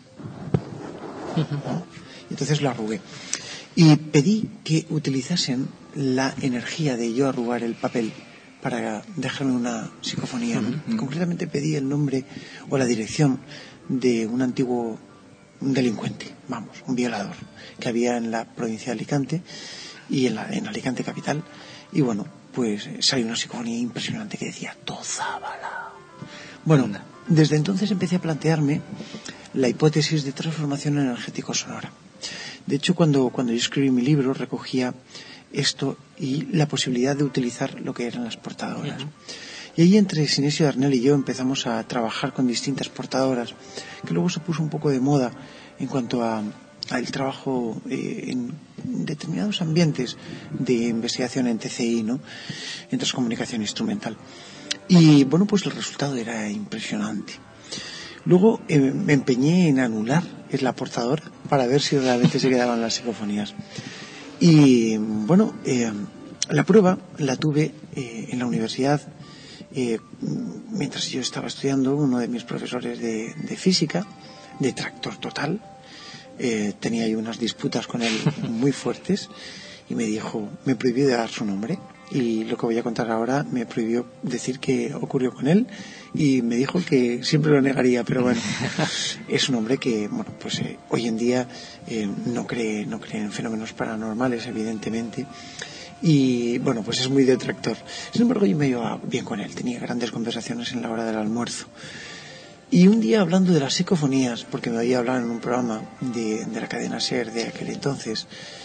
Entonces lo arrugué. Y pedí que utilizasen la energía de yo arrugar el papel para dejarme una psicofonía, ¿no? Concretamente pedí el nombre o la dirección de un antiguo delincuente, un violador, que había en la provincia de Alicante y en Alicante capital, y bueno, pues salió una psicofonía impresionante que decía Tozábala. Bueno, desde entonces empecé a plantearme la hipótesis de transformación energético-sonora. De hecho, cuando yo escribí mi libro recogía esto y la posibilidad de utilizar lo que eran las portadoras. Y ahí entre Sinesio Darnell y yo empezamos a trabajar con distintas portadoras, que luego se puso un poco de moda en cuanto al trabajo en determinados ambientes de investigación en TCI, ¿no? En transcomunicación instrumental. Y bueno, pues el resultado era impresionante. Luego me empeñé en anular la portadora para ver si realmente se quedaban las psicofonías. Y bueno, la prueba la tuve en la universidad. Mientras yo estaba estudiando, uno de mis profesores de física, detractor total, tenía yo unas disputas con él muy fuertes y me prohibió de dar su nombre, y lo que voy a contar ahora me prohibió decir qué ocurrió con él, y me dijo que siempre lo negaría, pero bueno, es un hombre que bueno, pues hoy en día no cree en fenómenos paranormales, evidentemente. Y bueno, pues es muy detractor. Sin embargo, yo me iba bien con él, tenía grandes conversaciones en la hora del almuerzo. Y un día, hablando de las psicofonías, porque me oía hablar en un programa de la cadena SER de aquel entonces,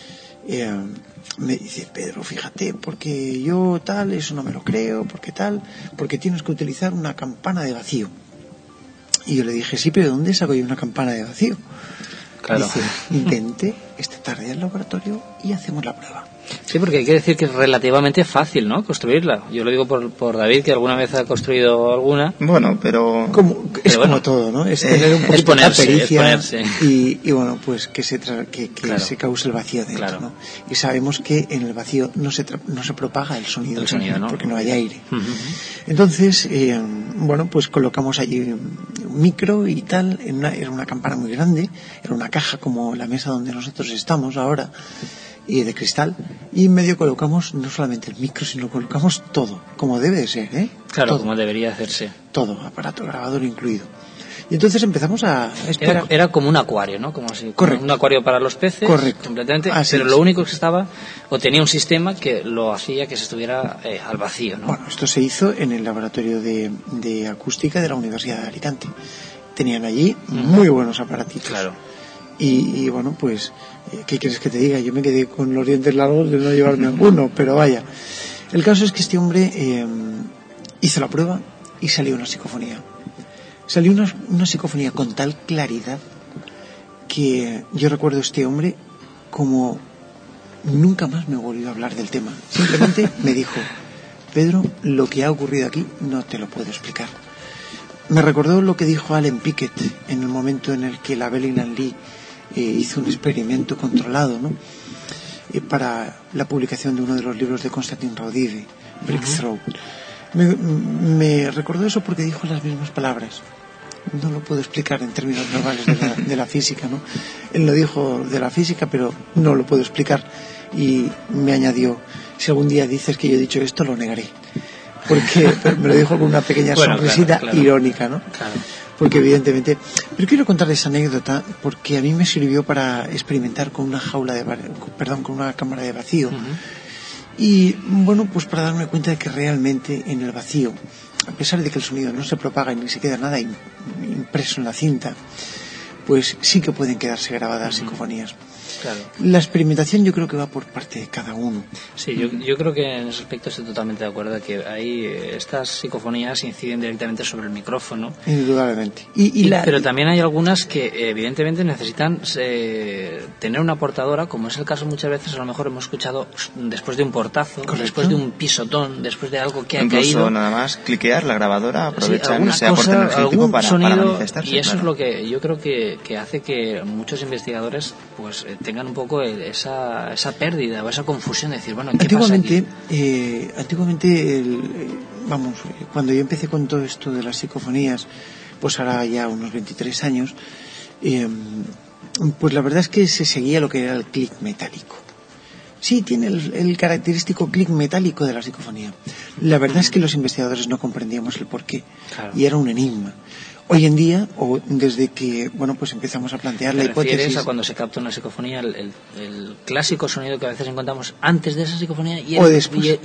me dice: Pedro, fíjate, porque yo tal, eso no me lo creo, porque tienes que utilizar una campana de vacío. Y yo le dije: sí, pero ¿dónde saco yo una campana de vacío? Claro. Dice: intente esta tarde al laboratorio y hacemos la prueba. Sí, porque hay que decir que es relativamente fácil, ¿no?, construirla. Yo lo digo por David, que alguna vez ha construido alguna. Bueno, pero... Como todo, ¿no? Es tener un poquito de pericia y bueno, pues que claro, se cause el vacío dentro, claro, ¿no? Y sabemos que en el vacío no se propagael sonido, ¿no? Porque no hay aire. Entonces, bueno, pues colocamos allí un micro y tal, era una campana muy grande, era una caja como la mesa donde nosotros estamos ahora, y de cristal, y en medio colocamos no solamente el micro, sino colocamos todo, como debe de ser, ¿eh? Claro, todo, como debería hacerse. Todo, aparato grabador incluido. Y entonces empezamos a esperar. Era como un acuario, ¿no? Como así, correcto, un acuario para los peces. Correcto. Completamente. Pero lo único que estaba, o tenía un sistema que lo hacía que se estuviera al vacío, ¿no? Bueno, esto se hizo en el laboratorio de acústica de la Universidad de Alicante. Tenían allí muy buenos aparatitos. Claro. Y bueno, pues, ¿qué quieres que te diga? Yo me quedé con los dientes largos de no llevarme alguno, pero vaya. El caso es que este hombre hizo la prueba y salió una psicofonía. Salió una psicofonía con tal claridad que yo recuerdo a este hombre como nunca más me volvió a hablar del tema. Simplemente me dijo: Pedro, lo que ha ocurrido aquí no te lo puedo explicar. Me recordó lo que dijo Alan Pickett en el momento en el que la Bell & Lee hizo un experimento controlado, ¿no? Para la publicación de uno de los libros de Konstantin Raudive, Breakthrough. Me recordó eso porque dijo las mismas palabras. No lo puedo explicar en términos normales de la física, ¿no? Él lo dijo de la física, pero no lo puedo explicar. Y me añadió: si algún día dices que yo he dicho esto, lo negaré. porque me lo dijo con una pequeña sonrisita irónica, ¿no? Claro. Porque evidentemente... Pero quiero contarles anécdota porque a mí me sirvió para experimentar con una con una cámara de vacío. Y bueno, pues para darme cuenta de que realmente en el vacío, a pesar de que el sonido no se propaga y ni se queda nada impreso en la cinta, pues sí que pueden quedarse grabadas psicofonías. Claro. La experimentación yo creo que va por parte de cada uno. Sí, yo creo que en ese aspecto estoy totalmente de acuerdo de que ahí estas psicofonías inciden directamente sobre el micrófono. Indudablemente. Pero también hay algunas que evidentemente necesitan tener una portadora, como es el caso muchas veces, a lo mejor hemos escuchado después de un portazo, después de un pisotón, después de algo que incluso ha caído. Nada más cliquear, la grabadora aprovecha ese cosa, aporte energético para manifestarse. Y eso es lo que yo creo que hace que muchos investigadores pues tengan un poco esa pérdida o esa confusión de decir, bueno, ¿qué pasa aquí? Antiguamente, cuando yo empecé con todo esto de las psicofonías, pues ahora ya unos 23 años, pues la verdad es que se seguía lo que era el clic metálico. Sí, tiene el característico clic metálico de la psicofonía. La verdad es que los investigadores no comprendíamos el porqué, y era un enigma. Hoy en día, o desde que pues empezamos a plantear la hipótesis... ¿Te refieres a cuando se capta una psicofonía, el clásico sonido que a veces encontramos antes de esa psicofonía o después,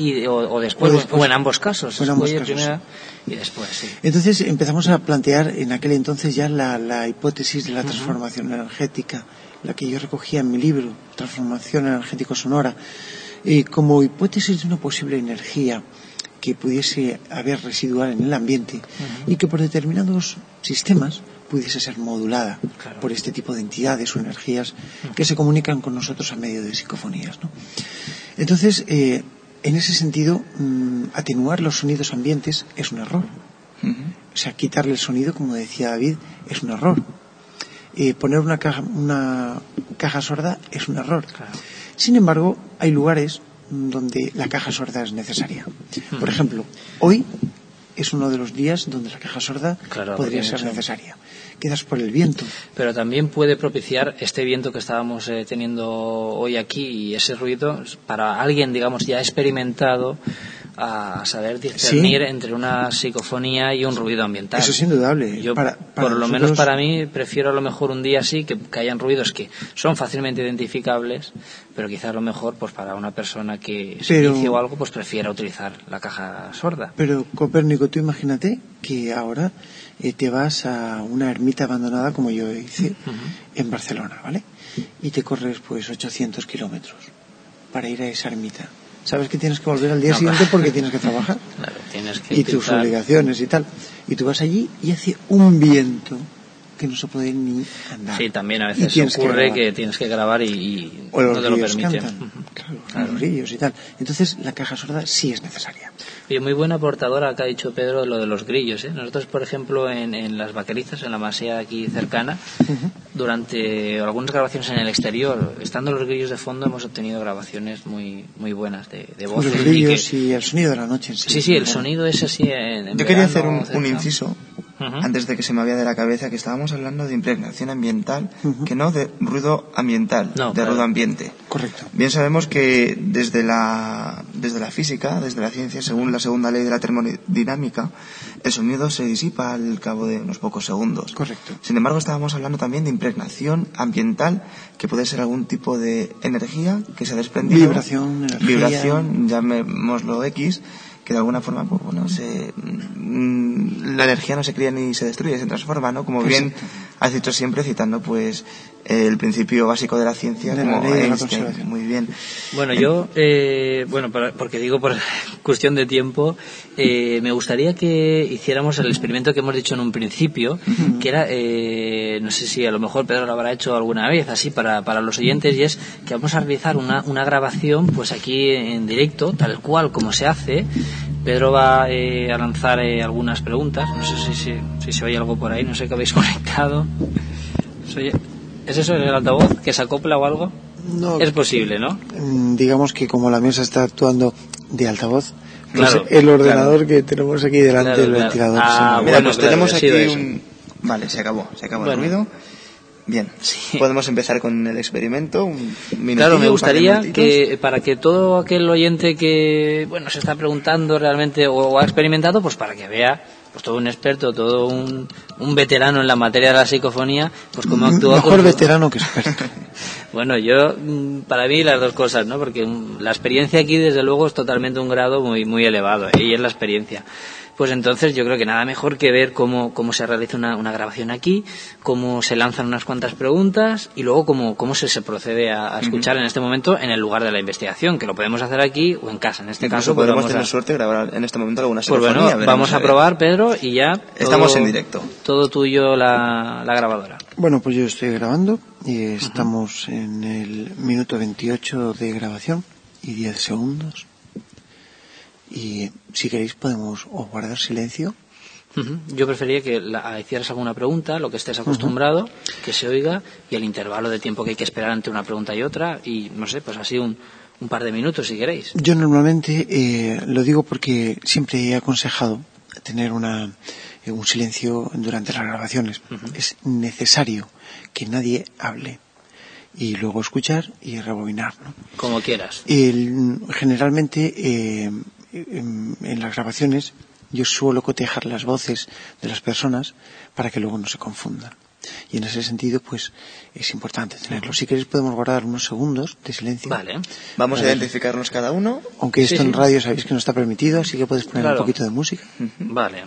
o en ambos casos? Primera y después, sí. Entonces empezamos a plantear en aquel entonces ya la hipótesis de la transformación energética, la que yo recogía en mi libro, Transformación Energético-Sonora, como hipótesis de una posible energía que pudiese haber residual en el ambiente y que por determinados sistemas pudiese ser modulada por este tipo de entidades o energías que se comunican con nosotros a medio de psicofonías, ¿no? Entonces, en ese sentido, atenuar los sonidos ambientes es un error. O sea, quitarle el sonido, como decía David, es un error. Poner una caja sorda es un error. Sin embargo, hay lugares donde la caja sorda es necesaria. Por ejemplo, hoy es uno de los días donde la caja sorda podría ser necesaria. Quedas por el viento. Pero también puede propiciar este viento que estábamos teniendo hoy aquí y ese ruido para alguien, digamos, ya experimentado a saber discernir entre una psicofonía y un ruido ambiental. Eso es indudable. Yo, por lo menos para mí, prefiero a lo mejor un día así que hayan ruidos que son fácilmente identificables, pero quizás a lo mejor pues para una persona que se inicie o algo, pues prefiera utilizar la caja sorda. Pero, Copérnico, tú imagínate que ahora te vas a una ermita abandonada, como yo hice, en Barcelona, ¿vale? Y te corres pues 800 kilómetros para ir a esa ermita. Sabes que tienes que volver al día siguiente porque tienes que trabajar. Claro, tienes que tus obligaciones y tal. Y tú vas allí y hace un viento que no se puede ni andar. Sí, también a veces ocurre que tienes que grabar y o no te lo permiten. Claro, los grillos y tal. Entonces la caja sorda sí es necesaria. Y muy buena aportadora que ha dicho Pedro lo de los grillos, ¿eh? Nosotros, por ejemplo, en las Vaquerizas, en la masía aquí cercana, durante algunas grabaciones en el exterior, estando los grillos de fondo, hemos obtenido grabaciones muy muy buenas de voces. Los grillos y el sonido de la noche en sí. Sí, el sonido es así Yo quería hacer un inciso antes de que se me vaya de la cabeza, que estábamos hablando de impregnación ambiental, que no de ruido ambiental, ruido ambiente. Correcto. Bien sabemos que desde la física, desde la ciencia, según la segunda ley de la termodinámica, el sonido se disipa al cabo de unos pocos segundos. Correcto. Sin embargo, estábamos hablando también de impregnación ambiental, que puede ser algún tipo de energía que se ha desprendido. Vibración, energía. Vibración, llamémoslo X, que de alguna forma la energía no se crea ni se destruye, se transforma, ¿no? Como bien has dicho siempre, citando pues el principio básico de la ciencia, de como la ley de la Einstein. Muy bien. Bueno, yo porque digo por cuestión de tiempo, me gustaría que hiciéramos el experimento que hemos dicho en un principio, que era, no sé si a lo mejor Pedro lo habrá hecho alguna vez, así para los oyentes, y es que vamos a realizar una grabación pues aquí en directo, tal cual como se hace. Pedro va a lanzar algunas preguntas. No sé si se oye algo por ahí. No sé qué habéis conectado. ¿Es eso el altavoz que se acopla o algo? No. Es posible, ¿no? Digamos que como la mesa está actuando de altavoz, pues claro, el ordenador que tenemos aquí delante del ventilador. Mira, pues tenemos aquí un... Vale, se acabó el ruido. Bien, Sí. podemos empezar con el experimento. Un minutillo, Claro, me gustaría un par de minutitos. que para que todo aquel oyente que se está preguntando realmente o ha experimentado, pues para que vea, pues todo un experto, todo un veterano en la materia de la psicofonía, pues cómo actúa. Mejor veterano que experto. Bueno, yo, para mí las dos cosas, ¿no? Porque la experiencia aquí, desde luego, es totalmente un grado muy, muy elevado, y es la experiencia. Pues entonces yo creo que nada mejor que ver cómo se realiza una grabación aquí, cómo se lanzan unas cuantas preguntas y luego cómo se procede a escuchar en este momento en el lugar de la investigación, que lo podemos hacer aquí o en casa. En este Incluso caso pues podemos tener suerte de grabar en este momento alguna pues psicofonía. bueno, veremos vamos a probar, Pedro, y ya Estamos en directo. Todo tuyo la grabadora. Bueno, pues yo estoy grabando y estamos en el minuto 28 de grabación y 10 segundos. Y si queréis podemos o guardar silencio. Yo preferiría que hicieras alguna pregunta, lo que estés acostumbrado, que se oiga, y el intervalo de tiempo que hay que esperar entre una pregunta y otra, y no sé, pues así un par de minutos si queréis. Yo normalmente lo digo porque siempre he aconsejado tener un silencio durante las grabaciones. Es necesario que nadie hable y luego escuchar y rebobinar, ¿no? Como quieras. Generalmente en las grabaciones yo suelo cotejar las voces de las personas para que luego no se confundan. Y en ese sentido, pues, es importante tenerlo. Si queréis podemos guardar unos segundos de silencio. Vale. Vamos a identificarnos cada uno. Aunque esto en radio sabéis que no está permitido, así que puedes poner un poquito de música. Vale.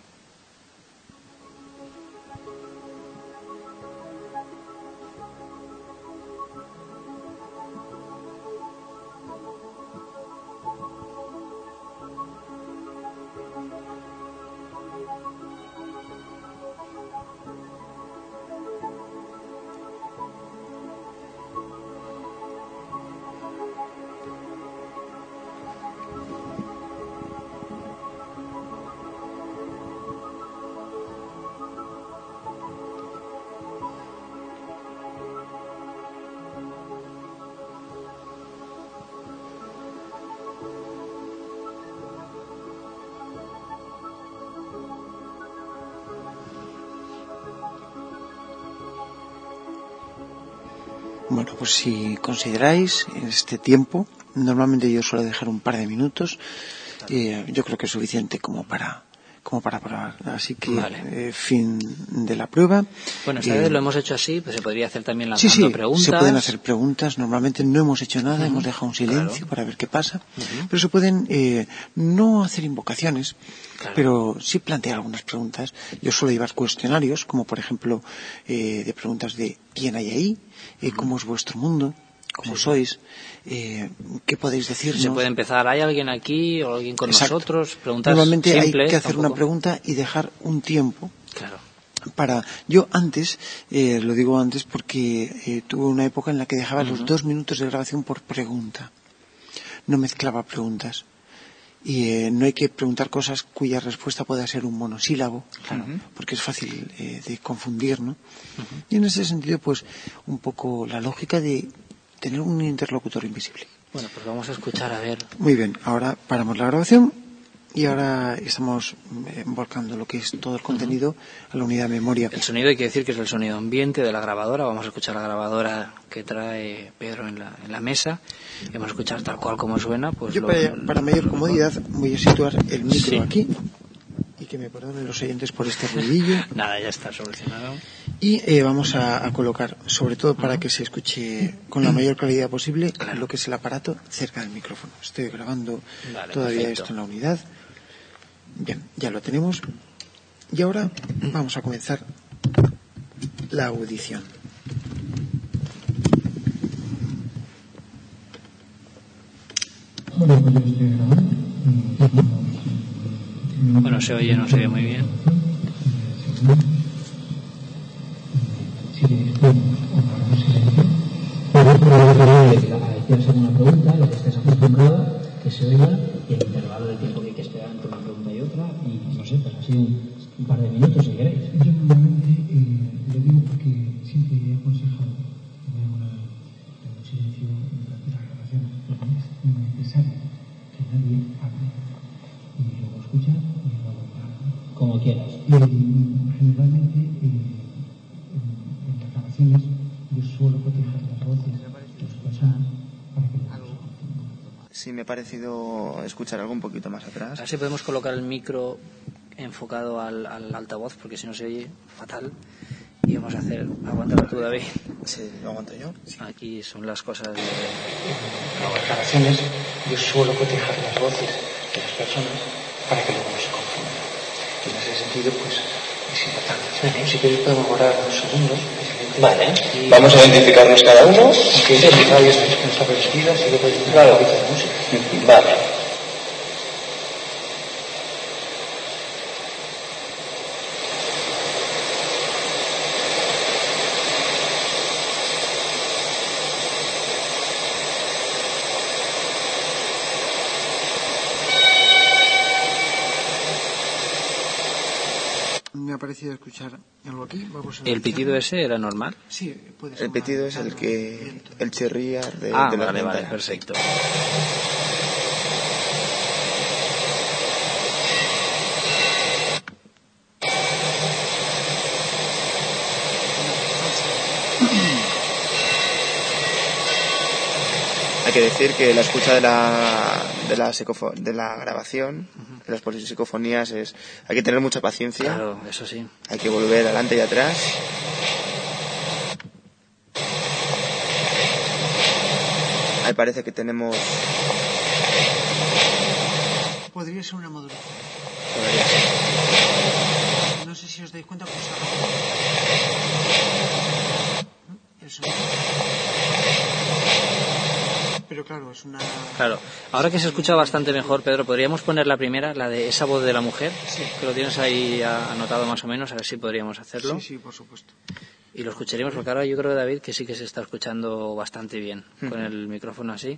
Bueno, pues si consideráis este tiempo, normalmente yo suelo dejar un par de minutos, yo creo que es suficiente como para probar. Así que, fin de la prueba. Bueno, esta vez lo hemos hecho así, pues se podría hacer también lanzando preguntas. Se pueden hacer preguntas. Normalmente no hemos hecho nada, hemos dejado un silencio para ver qué pasa. Pero se pueden no hacer invocaciones, pero sí plantear algunas preguntas. Yo suelo llevar cuestionarios, como por ejemplo de preguntas de ¿quién hay ahí? ¿Cómo es vuestro mundo? ¿Cómo sois? ¿Qué podéis decirnos? Se puede empezar, ¿hay alguien aquí o alguien con nosotros? Preguntas Normalmente simples, hay que hacer una pregunta y dejar un tiempo. Claro. Yo antes, lo digo antes porque tuve una época en la que dejaba los 2 minutos de grabación por pregunta. No mezclaba preguntas. Y no hay que preguntar cosas cuya respuesta pueda ser un monosílabo, porque es fácil de confundir, ¿no? Y en ese sentido, pues, un poco la lógica de tener un interlocutor invisible. Bueno, pues vamos a escuchar a ver. Muy bien, ahora paramos la grabación y ahora estamos volcando lo que es todo el contenido a la unidad de memoria. El sonido hay que decir que es el sonido ambiente de la grabadora. Vamos a escuchar la grabadora que trae Pedro en la mesa y vamos a escuchar tal cual como suena. Pues yo para mayor comodidad voy a situar el micro aquí y que me perdonen los oyentes por este ruidillo. Nada, ya está solucionado. Y vamos a colocar, sobre todo para que se escuche con la mayor claridad posible, lo que es el aparato cerca del micrófono. Estoy grabando todavía esto en la unidad. Bien, ya lo tenemos. Y ahora vamos a comenzar la audición. Bueno, se oye, no se oye muy bien. Hay que hacer una pregunta, lo que estés acostumbrado, que se oiga, y el intervalo de tiempo que hay que esperar entre una pregunta y otra, y no sé, pues así un par de minutos si queréis. Yo normalmente lo digo porque siempre he aconsejado tener un silencio durante la grabación, porque es necesario que nadie hable y luego escuchar y luego hablar. Como quieras. Generalmente en la grabación grabaciones yo suelo proteger las voces de las personas para que Sí, me ha parecido escuchar algo un poquito más atrás. A ver si podemos colocar el micro enfocado al altavoz, porque si no se oye fatal. Y vamos a hacer... Aguántalo tú, David. Sí, lo aguanto yo. Sí. Aquí son las cosas de... las grabaciones yo suelo proteger las voces de las personas para que luego no se confundan. Y en ese sentido, pues, es importante. Bueno, si queréis podemos guardar unos segundos. Vale. Y vamos a identificarnos cada uno. Aunque la radio no está permitida, sí que podéis poner un poquito de música. Vale. Me ha parecido escuchar algo aquí. Vamos a ¿El pitido ese era normal? Sí, puede ser. El pitido es el chirriar de vale, la vale, ventana. perfecto. Hay que decir que la escucha de la grabación, de las posibles psicofonías, hay que tener mucha paciencia. Claro, eso sí. Hay que volver adelante y atrás. Ahí parece que tenemos... Podría ser una modulación. Podría ser. No sé si os dais cuenta cómo se el sonido. Pero claro, es una... Claro, ahora que se escucha bastante mejor, Pedro, ¿podríamos poner la primera, la de esa voz de la mujer? Sí. Que lo tienes ahí anotado más o menos, a ver si podríamos hacerlo. Sí, por supuesto. Y lo escucharíamos, porque ahora yo creo, David, que sí que se está escuchando bastante bien, con el micrófono así.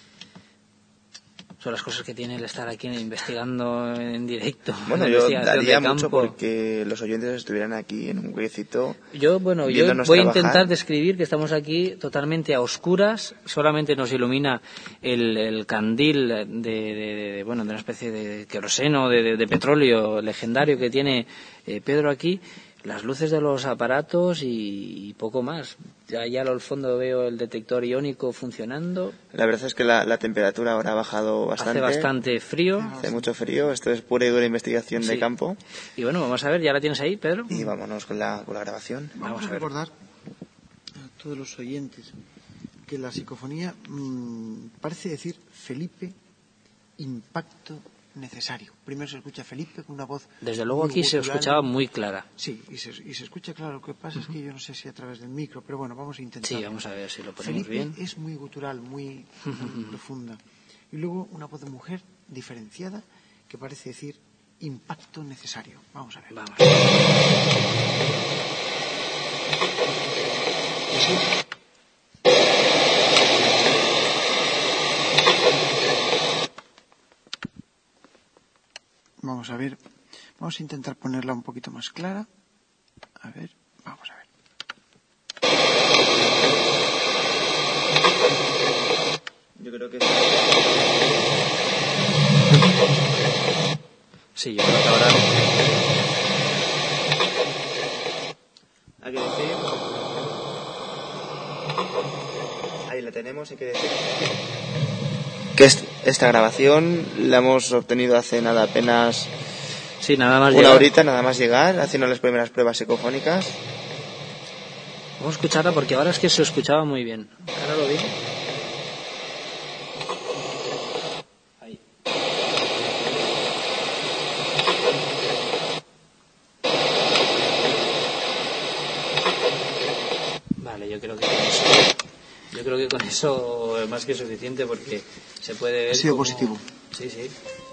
Son las cosas que tiene el estar aquí investigando en directo. Bueno, yo daría mucho porque los oyentes estuvieran aquí en un huequecito. Yo voy a intentar describir que estamos aquí totalmente a oscuras, solamente nos ilumina el candil de una especie de queroseno, de petróleo legendario que tiene Pedro aquí, las luces de los aparatos y poco más. Allá al fondo veo el detector iónico funcionando. La verdad es que la temperatura ahora ha bajado bastante. Hace bastante frío. Hace mucho frío. Esto es pura y dura investigación de campo. Y bueno, vamos a ver, ¿ya la tienes ahí, Pedro? Y vámonos con la grabación. Vamos a recordar a todos los oyentes que la psicofonía parece decir Felipe, impacto necesario. Primero se escucha Felipe con una voz... Desde luego aquí se escuchaba muy clara. Sí, y se escucha claro. Lo que pasa es que yo no sé si a través del micro, pero bueno, vamos a intentar. Sí, vamos a ver si lo ponemos Felipe bien. Es muy gutural, muy profunda. Y luego una voz de mujer diferenciada que parece decir impacto necesario. Vamos a ver. Vamos. Vamos a ver. Vamos a intentar ponerla un poquito más clara. A ver, vamos a ver. Yo creo que... Sí, yo creo que ahora... Hay que decir... Ahí la tenemos, hay que decir... que esta grabación la hemos obtenido hace nada apenas... Sí, nada más una horita, nada más llegar, haciendo las primeras pruebas psicofónicas. Vamos a escucharla porque ahora es que se escuchaba muy bien. Ahora lo digo. Ahí. Vale, yo creo que con eso es más que suficiente porque se puede ver. Ha sido como... positivo. Sí, sí.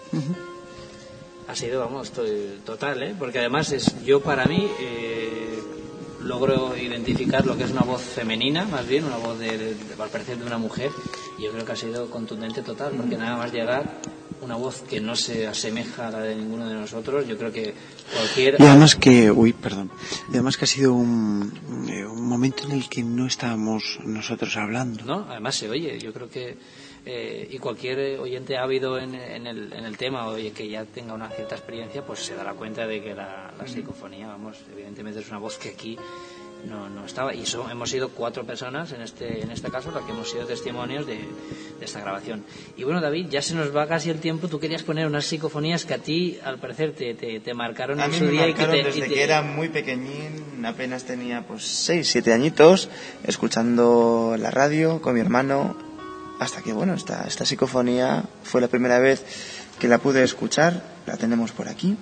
Ha sido, vamos, total, ¿eh? Porque además yo para mí logro identificar lo que es una voz femenina, más bien, una voz al parecer de una mujer, y yo creo que ha sido contundente total, porque nada más llegar, una voz que no se asemeja a la de ninguno de nosotros, yo creo que cualquier... Y además que, además que ha sido un momento en el que no estábamos nosotros hablando. No, además se oye, yo creo que... y cualquier oyente ávido en el tema o que ya tenga una cierta experiencia, pues se dará cuenta de que la psicofonía, vamos, evidentemente es una voz que aquí no estaba, y hemos sido 4 personas en este caso las que hemos sido testimonios de esta grabación. Y bueno, David, ya se nos va casi el tiempo. Tú querías poner unas psicofonías que a ti al parecer te marcaron en su día. A mí me marcaron desde que era muy pequeñín, apenas tenía pues 6-7 añitos, escuchando la radio con mi hermano, hasta que bueno, esta psicofonía fue la primera vez que la pude escuchar. La tenemos por aquí.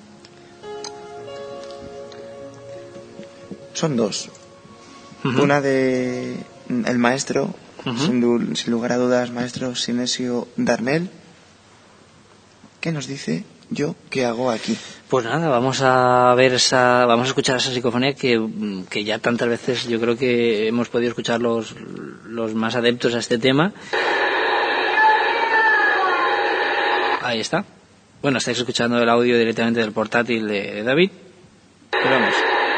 Son 2. Uh-huh. Una de el maestro, uh-huh, sin lugar a dudas, maestro Sinesio Darnell, que nos dice: ¿yo qué hago aquí? Pues nada, vamos a escuchar esa psicofonía que ya tantas veces yo creo que hemos podido escuchar los más adeptos a este tema. Ahí está. Bueno, estáis escuchando el audio directamente del portátil de David. Pero vamos.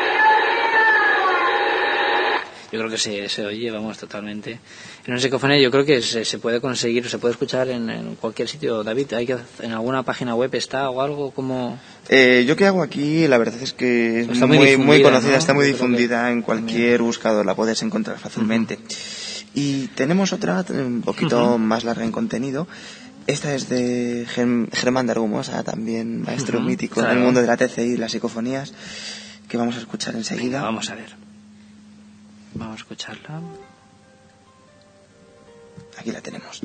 Yo creo que se oye, vamos, totalmente. En una psicofonía yo creo que se puede conseguir, se puede escuchar en cualquier sitio. David, ¿en alguna página web está o algo como...? Yo qué hago aquí, la verdad es que es muy conocida, ¿no? Está muy difundida en cualquier buscador, la puedes encontrar fácilmente. Uh-huh. Y tenemos otra, un poquito, uh-huh, más larga en contenido. Esta es de Germán de Argumosa, también maestro, uh-huh, mítico, claro, en el mundo de la TCI y las psicofonías, que vamos a escuchar enseguida. Venga, vamos a ver. Vamos a escucharla. Aquí la tenemos.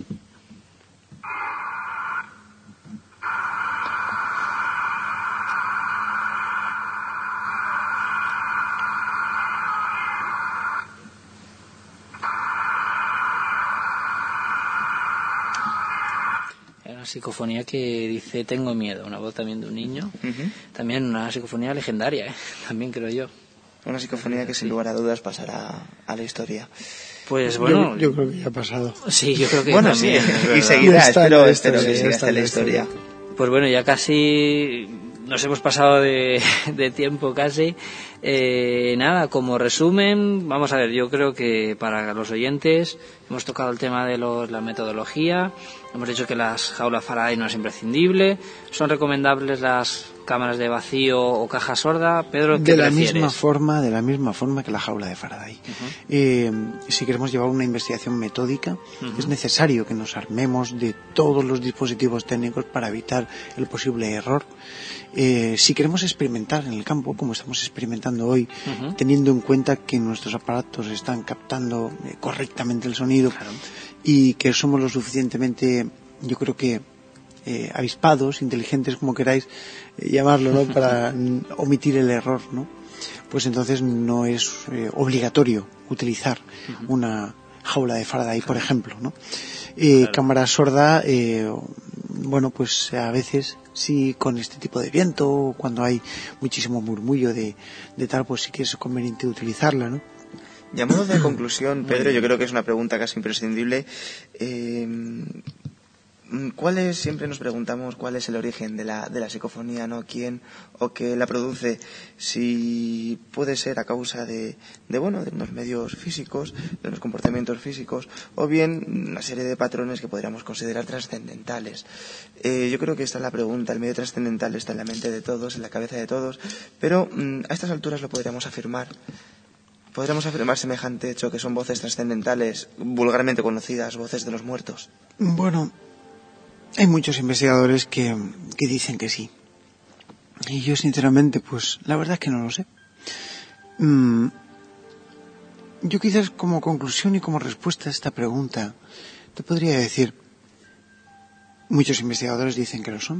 Hay una psicofonía que dice tengo miedo, una voz también de un niño. Uh-huh. También una psicofonía legendaria, también creo yo. Una psicofonía que sin lugar a dudas pasará a la historia. Pues bueno, yo creo que ya ha pasado. Sí, yo creo que bueno, también, sí, y seguirá, espero que siga hasta la historia. Pues bueno, ya casi nos hemos pasado de tiempo casi. Nada, como resumen, vamos a ver, yo creo que para los oyentes hemos tocado el tema de la metodología, hemos dicho que las jaulas Faraday no es imprescindible, son recomendables las cámaras de vacío o caja sorda. Pedro, ¿qué prefieres? De la misma forma que la jaula de Faraday. Uh-huh. Si queremos llevar una investigación metódica, uh-huh, es necesario que nos armemos de todos los dispositivos técnicos para evitar el posible error. Si queremos experimentar en el campo, como estamos experimentando hoy, uh-huh, teniendo en cuenta que nuestros aparatos están captando correctamente el sonido, claro, y que somos lo suficientemente, yo creo que avispados, inteligentes, como queráis llamarlo, ¿no? Para omitir el error, ¿no? Pues entonces no es obligatorio utilizar, uh-huh, una jaula de Faraday, por ejemplo, ¿no? Claro. Cámara sorda, bueno, pues a veces sí, con este tipo de viento, cuando hay muchísimo murmullo de tal, pues sí que es conveniente utilizarla, ¿no? Y a modo de conclusión, Pedro, yo creo que es una pregunta casi imprescindible. Siempre nos preguntamos cuál es el origen de la psicofonía, ¿no? ¿Quién o qué la produce? Si puede ser a causa de unos medios físicos, de unos comportamientos físicos, o bien una serie de patrones que podríamos considerar trascendentales. Yo creo que esta es la pregunta. El medio trascendental está en la mente de todos, en la cabeza de todos, pero a estas alturas lo podríamos afirmar. ¿Podríamos afirmar semejante hecho que son voces trascendentales, vulgarmente conocidas, voces de los muertos? Bueno, hay muchos investigadores que dicen que sí. Y yo, sinceramente, pues la verdad es que no lo sé. Yo quizás como conclusión y como respuesta a esta pregunta te podría decir, muchos investigadores dicen que lo son.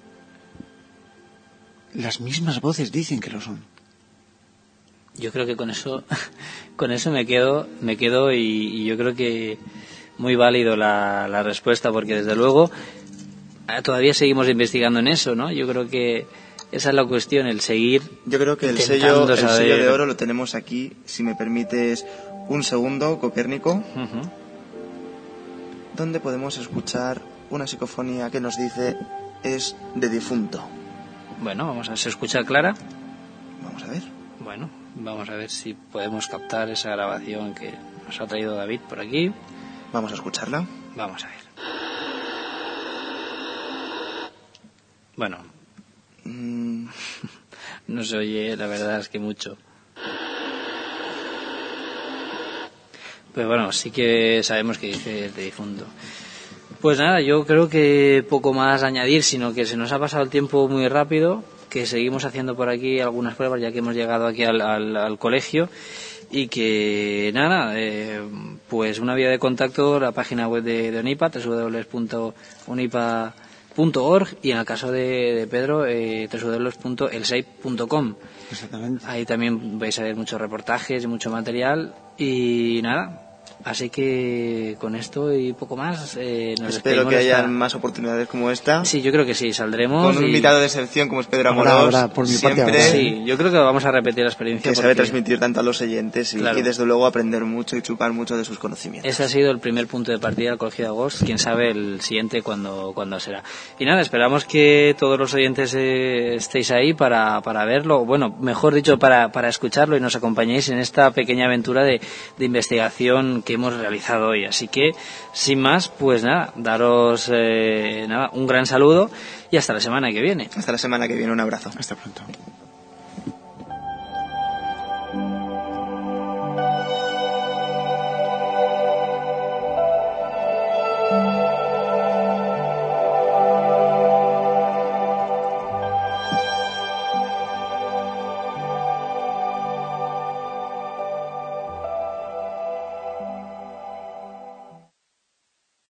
Las mismas voces dicen que lo son. Yo creo que con eso me quedo y yo creo que muy válido la respuesta, porque desde luego todavía seguimos investigando en eso, ¿no? Yo creo que esa es la cuestión, el seguir. Yo creo que el sello de oro lo tenemos aquí, si me permites un segundo, Copérnico, uh-huh, donde podemos escuchar una psicofonía que nos dice es de difunto. Bueno, vamos a ver, ¿se escucha clara? Vamos a ver. Bueno, vamos a ver si podemos captar esa grabación que nos ha traído David por aquí. Vamos a escucharla. Vamos a ver. Bueno, no se oye, la verdad es que mucho. pero bueno, sí que sabemos que dice de difunto. Pues nada, yo creo que poco más añadir, sino que se nos ha pasado el tiempo muy rápido, que seguimos haciendo por aquí algunas pruebas ya que hemos llegado aquí al colegio, y que nada, pues una vía de contacto, la página web de ONIPA, www.unipa.org, y en el caso de Pedro, www.elsaip.com. Exactamente. Ahí también vais a ver muchos reportajes y mucho material, y nada. Así que con esto y poco más espero que haya más oportunidades como esta. Sí, yo creo que sí, saldremos con un invitado de excepción como es Pedro Amorós. Ahora, por mi siempre parte, sí, yo creo que vamos a repetir la experiencia que sabe transmitir tanto a los oyentes y, claro, y desde luego aprender mucho y chupar mucho de sus conocimientos. Este ha sido el primer punto de partida del Colegio de Agost, quién sabe el siguiente cuándo será. Y nada, esperamos que todos los oyentes estéis ahí para verlo, bueno, mejor dicho, para escucharlo y nos acompañéis en esta pequeña aventura de investigación que hemos realizado hoy. Así que, sin más, pues nada, daros un gran saludo y hasta la semana que viene. Hasta la semana que viene, un abrazo. Hasta pronto.